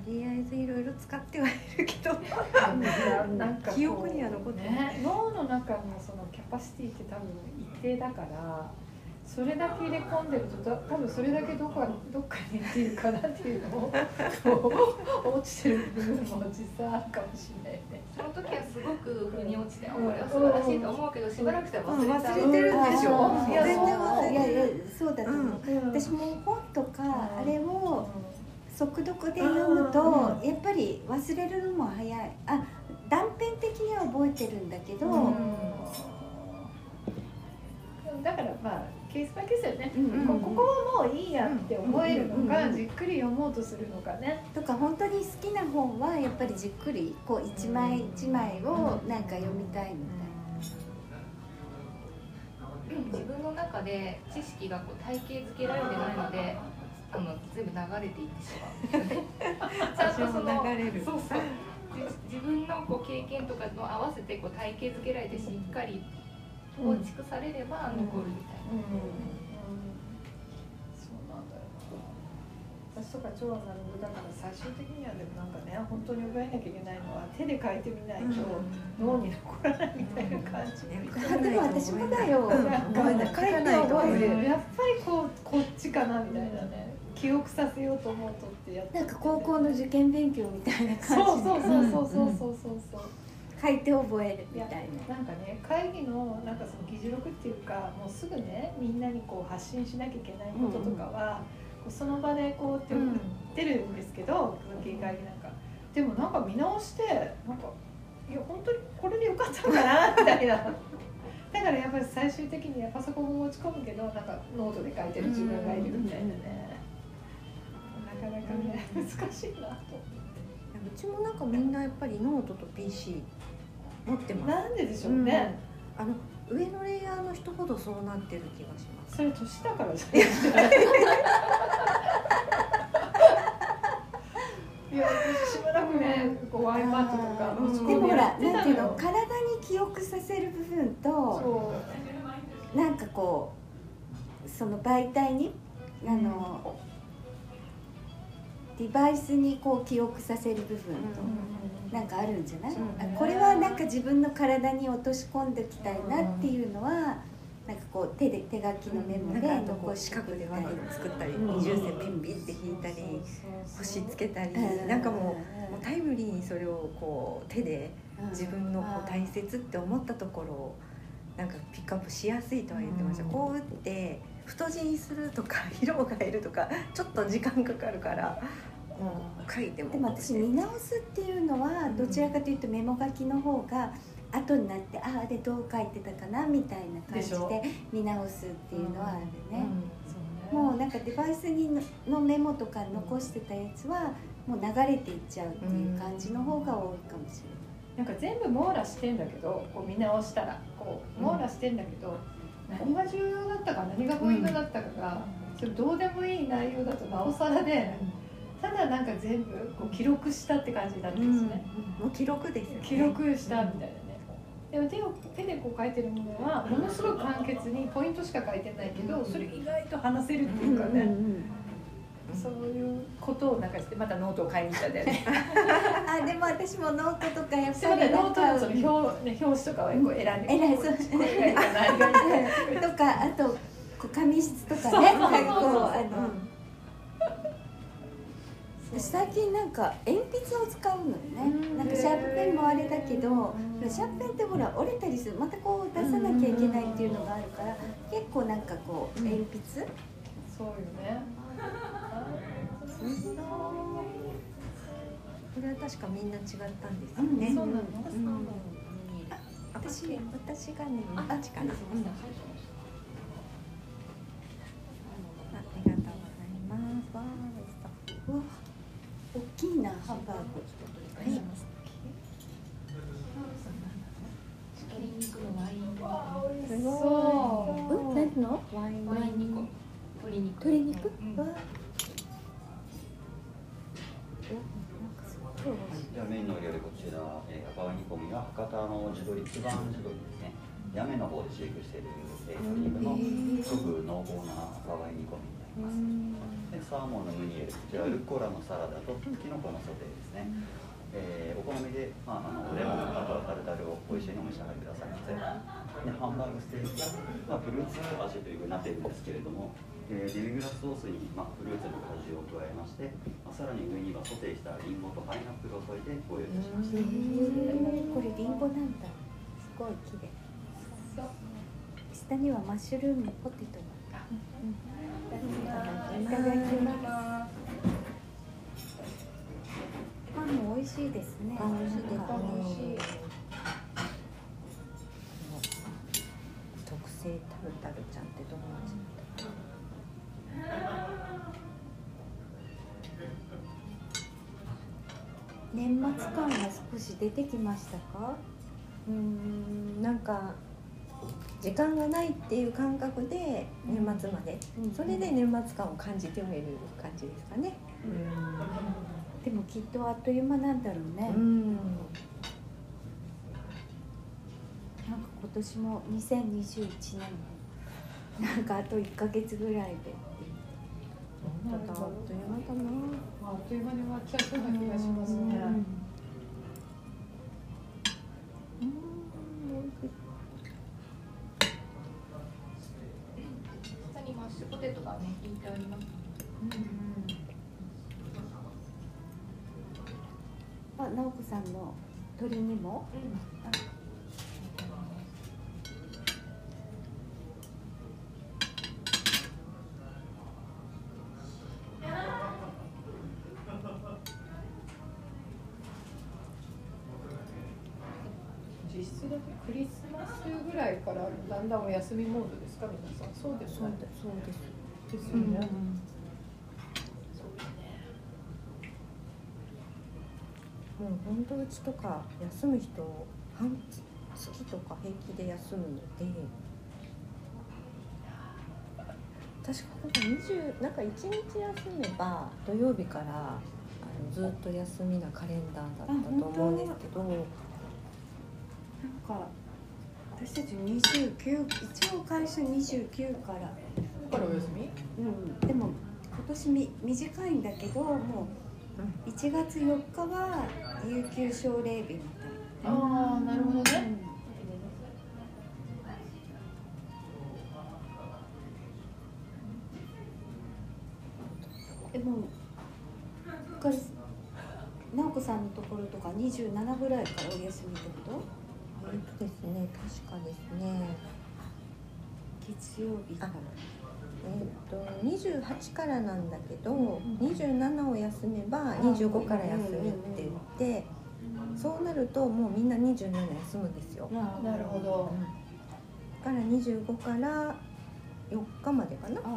S3: りあえずいろいろ使ってはいるけど
S2: なんか
S3: 記憶には残ってない、
S2: ね、脳の中のそのキャパシティって多分一定だから、それだけ入れ込んでると多分それだけどこかどっかにっていうかなっていうのを落ちてる部分も実際あるかもしれないね。
S4: その時はすごく腑に落ちて、これは素晴らしいと思うけど、しばらくしたら忘れちゃう。
S3: 忘れてるんでしょ。
S1: いや全然忘れいやいやそうだと思う、
S2: うん、
S1: 私も本とかあれを速読で読むとやっぱり忘れるのも早い。あ、断片的には覚えてるんだけど、
S2: うん、だからまあケースバイケースだよね、うんうん、ここはもういいやって思えるのか、じっくり読もうとするのかね。
S1: とか本当に好きな本はやっぱりじっくりこう一枚一枚をなんか読みたいみたいな。
S4: 自分の中で知識がこう体系づけられてないので、あの全部流れていってしまう。ちゃんとその
S3: 流れる。
S4: そうそう。自分のこう経験とかの合わせてこう体系づけられてしっかり構築されれば残るみたいな。
S2: そうなんだよな。私とか超アナログだから最終的にはでもなんかね、本当に覚えなきゃいけないのは手で書いてみないと脳に残らないみたいな感じ。
S1: でも私もだよ。
S3: 覚えな書かないと覚える。
S2: やっぱりこうこっちかなみたいなね。記憶させようと思うとってやって。
S1: なんか高校の受験勉強みたいな感じ。
S2: そうそうそうそうそうそうそう。
S1: 書いて覚えるみたいな。
S2: なんかね、会議のなんかその議事録っていうか、もうすぐねみんなにこう発信しなきゃいけないこととかは、うん、その場でこうって出るんですけど、その議会議なんかでもなんか見直してなんかいや本当にこれでよかったのかなみたいな。だからやっぱり最終的にはパソコンも持ち込むけど、なんかノートで書いてる自分がいるみたいなね。なかなかね難しいなと思って。
S3: うちもなんかみんなやっぱりノートと ピーシー持ってます。
S2: なんででしょうね、
S3: うん、あの上のレイヤーの人ほどそうなってる気がします。
S2: それ年だからじゃないですか。いや私しばらくね、こう iPad とか持ち込んでやってたのよ。
S1: でもほら、なんていうの、体に記憶させる部分となんかこうその媒体にあの、うん、デバイスにこう記憶させる部分と、うん、なんかあるんじゃない、うん、これはなんか自分の体に落とし込んでおきたいなっていうのは、うん、なんかこう手で手書きのメモで残し
S3: 四角で輪作ったり、
S1: うん、
S3: 二重線ピンピンって引いたり、星つけたり、うん、なんかもう、もうタイムリーにそれをこう手で自分のこう大切って思ったところをなんかピックアップしやすいとは言ってました。うん、こう打って太字にするとか色を変えるとかちょっと時間かかるから。うん、書いても
S1: でも私見直すっていうのはどちらかというとメモ書きの方が後になって、ああでどう書いてたかなみたいな感じで見直すっていうのはあるね。うんうん、もうなんかデバイスにのメモとか残してたやつはもう流れていっちゃうっていう感じの方が多いかもしれない。
S2: なんか全部網羅してんだけど、こう見直したらこう網羅してんだけど、うん、何が重要だったか何がポイントだったかが、うん、それどうでもいい内容だとなおさらで、ただなんか全部こう記録したって感じになってるんですね。
S3: うん、もう記録ですよね。
S2: 記録したみたいなね。でも手を手でこう書いてるものはものすごく簡潔にポイントしか書いてないけど、それ意外と話せるっていうかね。うんうんうん、そういうことをなんかしてまたノートを買いに行ったんだよね。
S1: あ、でも私もノートとかやっ
S2: ぱりノートのその表、ね、表紙とかはこう選んで、えらいそう。
S1: とかあとこう紙質とかね、こうあの。最近なんか鉛筆を使うのよね。なんかシャープペンもあれだけど、シャープペンってほら折れたりする、またこう出さなきゃいけないっていうのがあるから、結構なんかこう鉛筆、
S2: そうよね。
S3: これは確かみんな違ったんですよね。
S2: そうなの？
S3: 私私がね、あっちかな。ありがとうございます。
S1: わあ、大きいなハンバーグ。はい。
S4: 鶏肉のワイン煮。
S2: すごい。
S1: うん、何の？
S4: ワインワイン煮込み。鶏肉。
S1: 鶏肉？
S4: うん、
S1: わあ。
S7: じゃあメインの料理こちら、えー、赤ワイン煮込みは博多の地鶏、一番地鶏ですね。八女の方で飼育している、えー、鶏肉のすごく濃厚な赤ワイン煮込みになります。 ます。でサーモンのムニエル、こちらルッコラのサラダとキノコのソテーですね。えー、お好みで、まあ、あのレモンあとはタルタルをご一緒にお召し上がりくださいませ。でハンバーグステーキが、まあ、フルーツ味というふうになっているんですけれども、えー、デミグラスソースに、まあ、フルーツの果汁を加えまして、まあ、さらに上にはソテーしたリンゴとパイナップルを添えてご用意いたしました。
S1: えー、これリンゴなんだ。すごい綺麗。下にはマッシュルームポテトが。いただきます。パンも美味しいですね。
S3: あ、美味しいですね。特製タルタルちゃんってどんな味だった？
S1: 年末感が少し出てきましたか？
S3: うーん、なんか時間がないっていう感覚で年末まで、うん、それで年末感を感じてみる感じですかね。うん、
S1: でもきっとあっという間なんだろうね。うん、なんか今年もにせんにじゅういちねんなんかあといっかげつぐらいでって
S3: 本当だ、あっという間だな。
S2: あっという間に終わっちゃいそうな気がしますね。うん
S1: うん、
S4: 下にマッシュポテトがね、引いてあります。
S1: うん、あ、直子さんの鶏にも。うん、
S2: 実質だってクリスマスぐらいからだんだんお休みモードですか、皆さん。そうですね。
S3: そうです。
S2: ですよね。うんうん、
S3: もう本当うちとか休む人半月とか平気で休むので、確かなんかにじゅうなんかいちにち休めば土曜日からあのずっと休みなカレンダーだったと思うんですけど、
S1: なんか私たちにじゅうきゅう、一応会社にじゅうきゅうから
S2: からお休み？
S1: うん、でも今年み短いんだけど、もういちがつよっかは有給奨励日みたいな。
S2: ああ、なるほどね。
S1: うん、でもこれ直子さんのところとかにじゅうしちぐらいからお休みってこと？
S3: えっとですね、確かですね。
S1: 月曜日から。
S3: えー、とにじゅうはちからなんだけど、うん、にじゅうななを休めばにじゅうごから休みって言って、うん、そうなるともうみんなにじゅうなな休むんですよ。
S2: なるほど。
S3: うん、だからにじゅうごからよっかまでかな。あ、うん、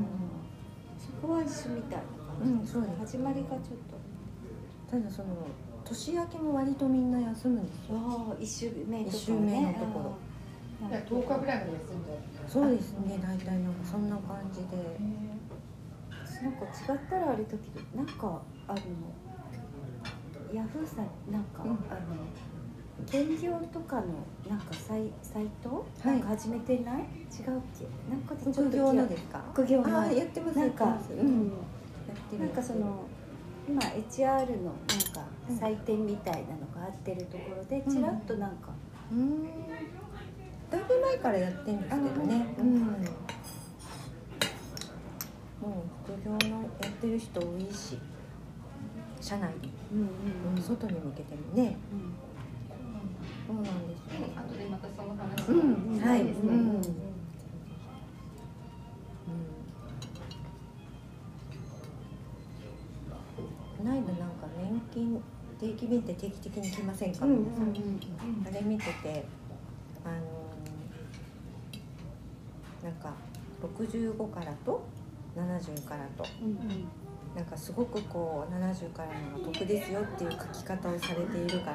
S1: そこは一緒みたいな感じ、うん、そうです。始まりがちょっと。
S3: ただその年明けも割とみんな休むんですよ。
S1: ああ、一週目とかね。
S3: 一週目のところ。
S2: とおかぐらいまで休んじゃう。
S3: そうですね、大体なんかそんな感じで。
S1: なんか違ったらあれだけど、なんかあのヤフーさんなんか、うん、あの兼業とかのなんかサイサイト、はい、なんか始めてない？違うっけ？なんかでちょっと
S3: 副業のですか？
S1: 副業の。
S3: あ、やってます。
S1: なんか、うん、や
S3: ってる。
S1: なんかその今 エイチアール のなんか採点みたいなのがあってるところでちらっとなんか。
S3: うんうん、だいぶ前からやってるんですけどね。うん、もう副業のやってる人多いし、社内に、うんうんうん、外に向けてもね。うん、そうなんですよ。
S4: 後でまたその話。
S3: うん、はいですね。うんうん、この間なんか年金定期便って定期的に来ませんか？皆さん、あれ見てて、あのー、なんかろくじゅうごからとななじゅうからと、うんうん、なんかすごくこうななじゅうからのが得ですよっていう書き方をされているから、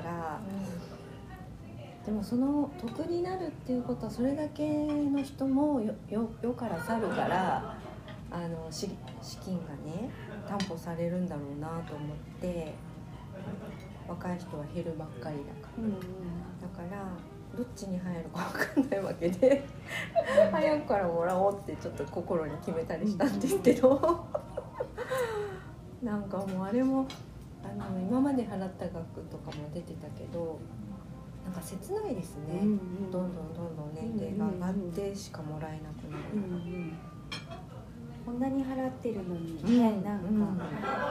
S3: うん、でもその得になるっていうことはそれだけの人もよよ世から去るからあの資金がね担保されるんだろうなと思って。若い人は減るばっかりだから、うんうん、だからどっちに入るか分かんないわけで早くからもらおうってちょっと心に決めたりしたんですけどなんかもうあれもあの今まで払った額とかも出てたけどなんか切ないですね、うんうん、どんどんどんどん年齢が上がってしかもらえなくなる、うんうん、
S1: こんなに払ってるのにね、うん、なんか、うん、
S2: だ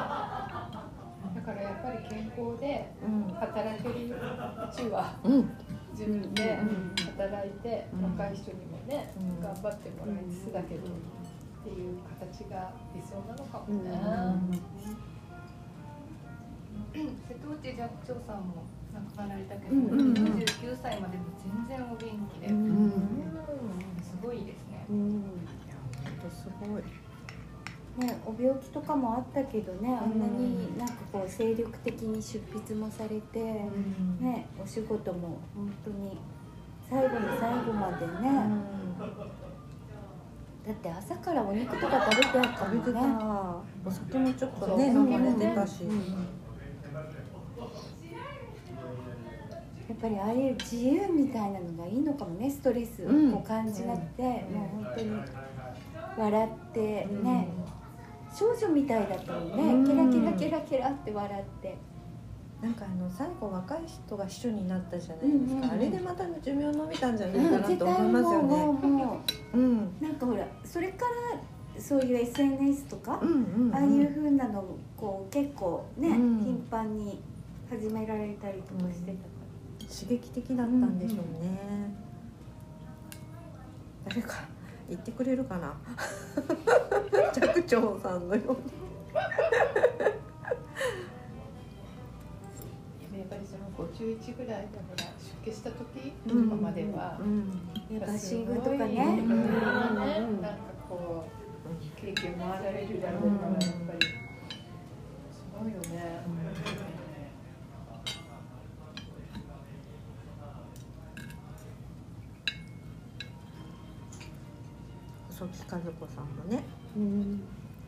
S2: からやっぱり健康で働けるうちは、うん、自分で働いて、うん、若い人にもね、うん、頑張ってもらいつつだけど、うん、っていう形が理想なのかもね、
S4: うん、瀬戸内寂聴さんも亡くなられたけど、うん、にじゅうきゅうさいまでも全然お元気で、うん、すごいですね、うん、いや
S3: 本当すごい
S1: ね、お病気とかもあったけどね、あんなになんかこう精力的に出筆もされて、うん、ね、お仕事も本当に最後の最後までね、うん、だって朝からお肉とか食べてあったもんね。
S3: お酒もちょっとね飲まれてたし、うん、
S1: やっぱりああいう自由みたいなのがいいのかもね。ストレスをこう感じなくて、うん、もう本当に笑ってね、うん、少女みたいだったもんね、うん、ケラケラケラケラって笑って、
S3: なんかあの最後若い人が秘書になったじゃないですか、うんうんうん、あれでまた寿命伸びたんじゃないかなと思いますよね、うん、もうもう、うん、
S1: なんかほらそれからそういう エスエヌエス とか、うんうんうん、ああいう風なのこう結構ね、うん、頻繁に始められたりとかしてたから、うん、
S3: 刺激的だったんでしょうね、うんうん、誰か言ってくれるかな寂聴さんのように
S2: やっぱりそのごじゅういちぐらいでほら出家した時とかまでは、うんうん、
S1: バッシングとかね、うん、
S2: なんかこう経験回られるだろうからやっぱりすごいよね、
S3: 細木和子さんもね、うん、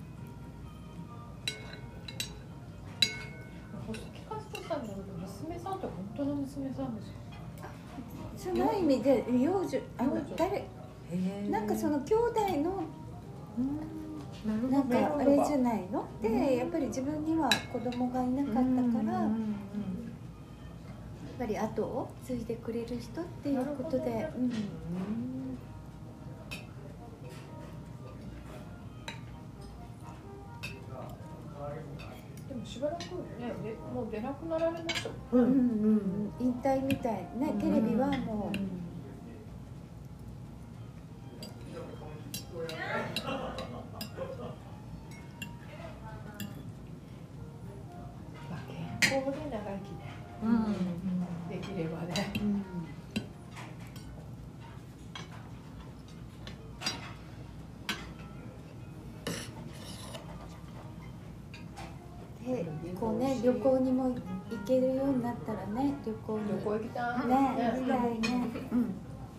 S2: 細木和子さんの娘さんって本当の娘さんですか？
S1: その意味で幼女、あの誰なんかその兄弟のなんかあれじゃないの？でやっぱり自分には子供がいなかったから、やっぱり後を継いでくれる人っていうことで、うん、
S2: でもしばらくね、もう出なくなられました。
S1: うんうんうん、引退みたいね、テレビはもう。うん
S2: ここで長生きで、うん、できればね、
S1: うん、でこうね旅行にも行けるようになったらね、旅行に
S2: 旅行行きたい
S1: ね、行きたいね、うん、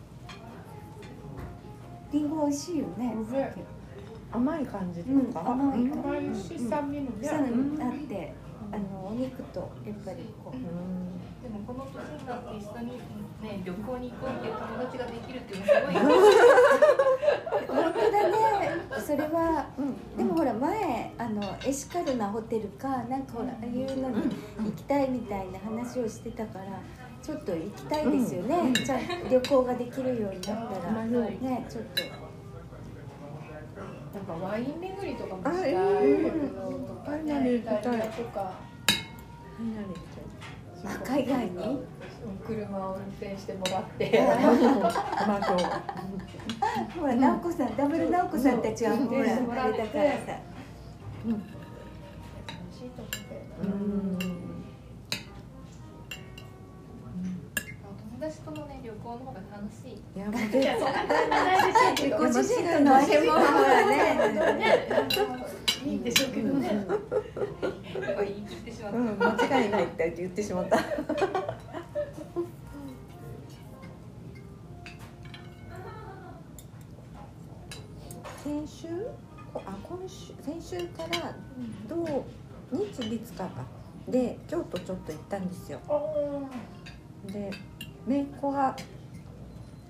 S1: リンゴ美味しいよね、
S3: 甘い感じですか？
S1: うん、甘い
S2: 甘いし酸味もね、
S1: あって、あのお肉とやっぱりこう、うん、
S4: でもこの年になって一緒にね旅行に行こうっていう友達ができるっていうのすごい
S1: 本当だね。それは、うん、でもほら前あのエシカルなホテルかなんかほらああいうのに行きたいみたいな話をしてたからちょっと行きたいですよね、うん、じゃあ旅行ができるようになったら、うん、ねちょっと
S2: なんかワイン巡りとかもしたいとかね、イタリアとか
S1: 海外に
S2: 車を運転してもらって
S1: ほら直子さん、ダブル直子さんたちはほらあれだからさ、うん、
S2: 楽しいと思って、
S4: 友達とのね旅行の方が楽しい。
S3: いやもう絶対
S1: ご主人とのあれもほらね
S2: いいんでしょうけどね。
S4: 言い切ってしまった。
S3: うん、間違いないって言ってしまった。先週、あ今週先週から土日月火かで京都ちょっと行ったんですよ。で姪っ子が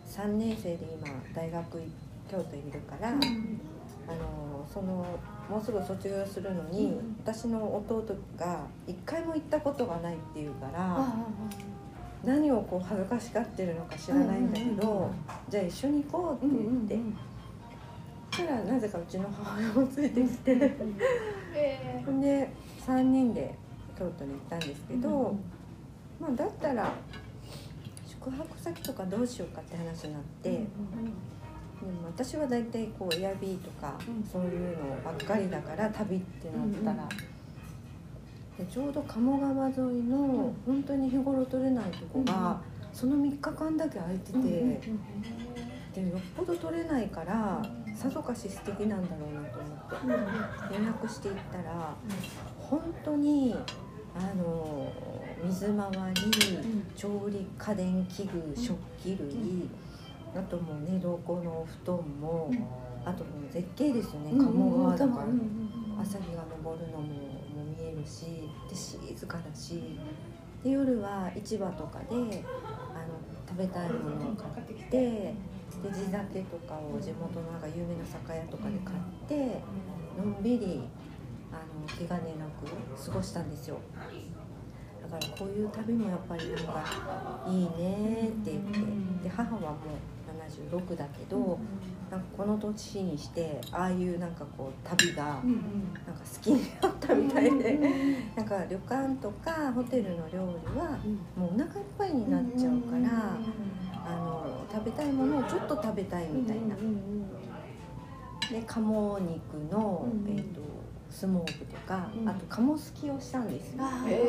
S3: さんねん生で今大学京都いるから、うん、あのそのもうすぐ卒業するのに、うん、私の弟が一回も行ったことがないっていうから、うん、何をこう恥ずかしがってるのか知らないんだけど、うんうん、じゃあ一緒に行こうって言って、うんうん、そしたらなぜかうちの母親もついてきてえー、でさんにんで京都に行ったんですけど、うんうん、まあだったら宿泊先とかどうしようかって話になって、うんうん、でも私はだいたいこうエアビーとかそういうのばっかりだから旅ってなったら、でちょうど鴨川沿いの本当に日頃取れないとこがそのみっかかんだけ空いてて、でよっぽど取れないからさぞかし素敵なんだろうなと思って予約していったら、本当にあの水回り、調理家電器具、食器類、あともう寝床のお布団も、あともう絶景ですよね、鴨川だから朝日が昇るのも、もう見えるし、で静かだし、で夜は市場とかであの食べたいものを買ってきて、で地酒とかを地元のなんか有名な酒屋とかで買ってのんびりあの気兼ねなく過ごしたんですよ。だからこういう旅もやっぱりなんかいいねって言って、で母はもうななじゅうろくだけど、なんかこの年にしてああいうなんかこう旅がなんか好きになったみたいで、なんか旅館とかホテルの料理はもうお腹いっぱいになっちゃうから、あの食べたいものをちょっと食べたいみたいな。で鴨肉の、えーとスモークとか、うん、あと鴨すきをしたんですよ。へ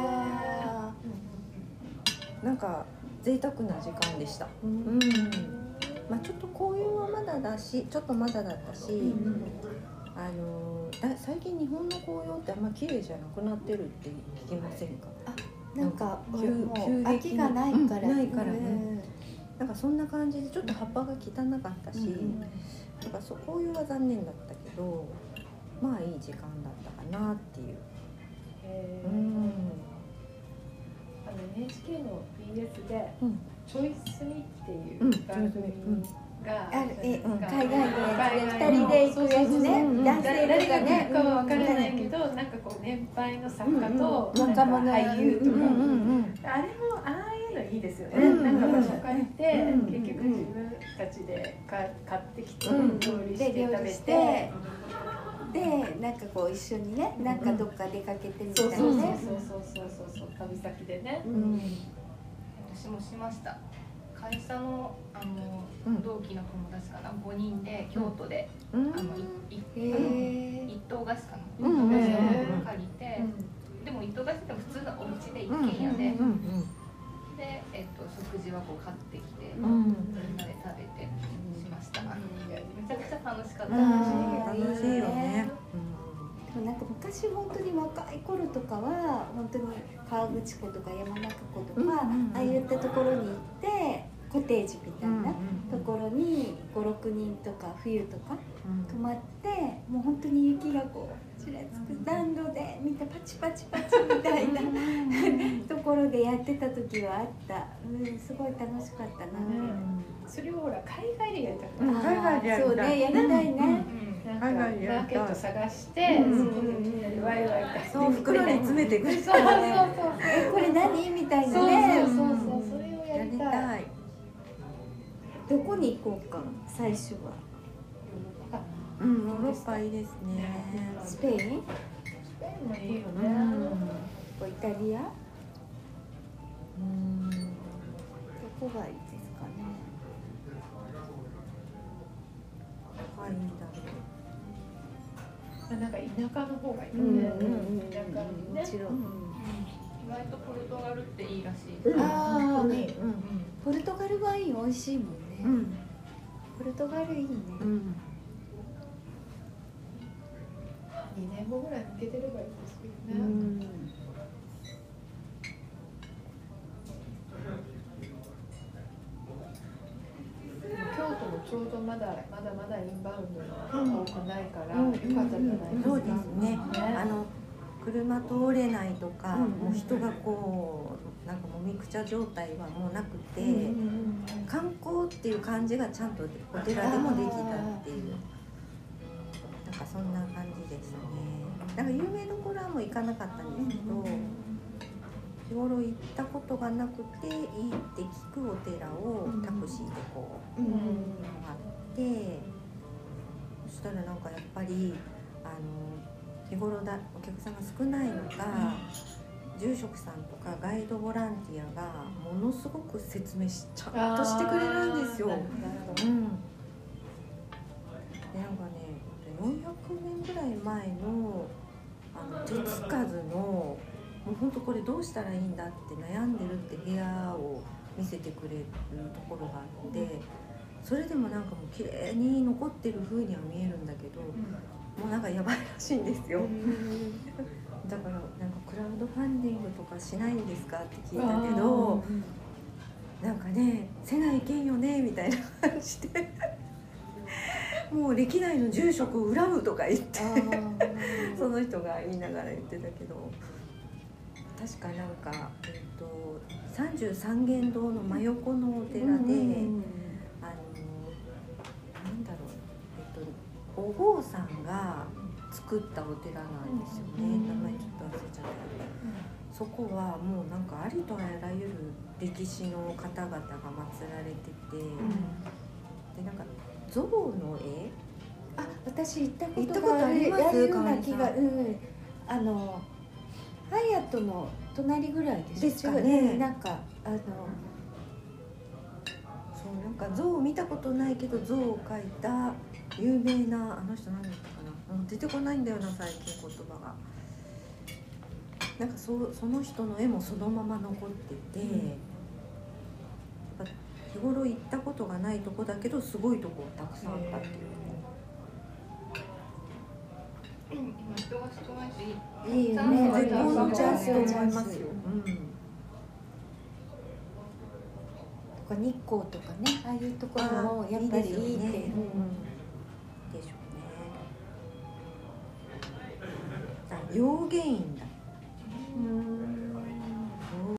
S3: ー、なんか贅沢な時間でした。うん、うん、まあちょっと紅葉はまだだし、ちょっとまだだったし、うん、あのだ最近日本の紅葉ってあんま綺麗じゃなくなってるって聞きませんか？
S1: あ、なんか急激秋がないから、うん、ないからね。なんかそんな感じでちょっと葉っぱが汚かったし、うん、なんかそう紅葉は残念だったけど。まあいい時間だったかなっていう。
S2: へー、うん、あの エヌエイチケー の ビーエス で、うん、チョイスミっていう番組がある、え、うん、海外でふたりで行くやつね。男性誰が来るかは分からないけど、なんかこう年配の作家と若者俳優とか、あれもああいうのいいですよね。なんか場所借りて結局自分たちで買ってきて料理して食べて。でなんかこう一緒にね、なんかどっか出かけてみたいなね。そうそうそうそうそう、旅先でね。うん、
S4: 私もしました。会社のあの、うん、同期の友達かな、ごにんで京都で、うん、あのいい一棟貸しかな、一棟貸しを借りて、うん、でも一棟貸しって普通のお家で一軒家で、でえっと食事はこう買ってきて、うん、みんなで食べてしました。めちゃくちゃ楽しかったし、
S3: 楽しいよね。
S1: でもなんか昔本当に若い頃とかは本当に河口湖とか山中湖とか、うんうん、ああいったところに行ってコテージみたいなところにごろくにんとか冬とか泊まって、もう本当に雪がこうちらつく暖炉で見てパチパチパチみたいなところでやってた時はあった。うん、すごい楽しかったな。
S2: それをほら海外でやりたく
S3: ない。海外でやりたい。そうね、やりたいね。
S2: なんかマーケット探して、そこでみんなでワイワイって
S3: そう袋に詰めてくる。
S2: そうそうそう。
S1: え、これ何みたいなね。
S2: そうそうそう、それをやりたい。
S1: どこに行こうか最初は。
S3: うん、ヨーロッパいいですね。
S1: スペイン？スペイン
S2: もいいよね。
S1: イタリア？うん。どこがいいですかね。
S3: はい、いいだ
S2: ろう。なんか田舎の方がいいね。田舎にね。
S1: もちろん。
S4: 意外とポルトガルっていいらしい。
S1: ああ、ね。ポルトガルワイン美味しいもんね。ポルトガルいいね。
S2: にねんごぐらい抜けてればいいですけどね。うん、京都もちょうどまだまだまだインバウンドが多くないから、うん、よかったんじゃないですか。
S3: そうですね。あの車通れないとか、
S1: うんうん、
S3: もう人がこうなんかもみくちゃ状態はもうなくて、
S1: うんうん、
S3: 観光っていう感じがちゃんとお寺でもできたっていう、なんかそんな感じですね。なんか有名どころはもう行かなかったんですけど、日頃行ったことがなくていいって聞くお寺をタクシーでこう回って、そしたらなんかやっぱりあの日頃だお客さんが少ないのか、住職さんとかガイドボランティアがものすごく説明しちゃんとしてくれるんですよ。うん、でなんかねよんひゃくねんぐらい前のあの手つかずのもう本当これどうしたらいいんだって悩んでるって部屋を見せてくれるところがあって、それでもなんかもう綺麗に残ってる風には見えるんだけど、もうなんかやばいらしいんですよ。だからなんかクラウドファンディングとかしないんですかって聞いたけど、なんかねせないけんよねみたいな感じでもう歴代の住職を恨むとか言ってその人が言いながら言ってたけど、確かなんか、えー、と三十三間堂の真横のお寺で、うんうんうん、あのなんだろう、えっとお坊さんが作ったお寺なんですよね、うんうん、名前ちょっと忘れちゃったけど、うん、そこはもうなんかありとあらゆる歴史の方々が祀られてて、うん、でなんか象の絵、
S1: あ、私行ったことがあるような気が、うん、あのハイアットの隣ぐらい
S3: ですかね。
S1: なんかあの
S3: そうなんか象を見たことないけど象を描いた有名なあの人何だったかな、もう出てこないんだよな最近言葉が。なんか そ, その人の絵もそのまま残ってて、うん、やっぱ日頃行ったことがないとこだけどすごいとこたくさんあったっていう。
S4: 今人が少ないし
S1: いいよね。
S3: 絶好のチャンスと思いますよ。うん。と
S1: か日光とかね、ああいうところもやっぱりいいって。いいですよね。うん、でしょうね。あ、陽源院だ。うん。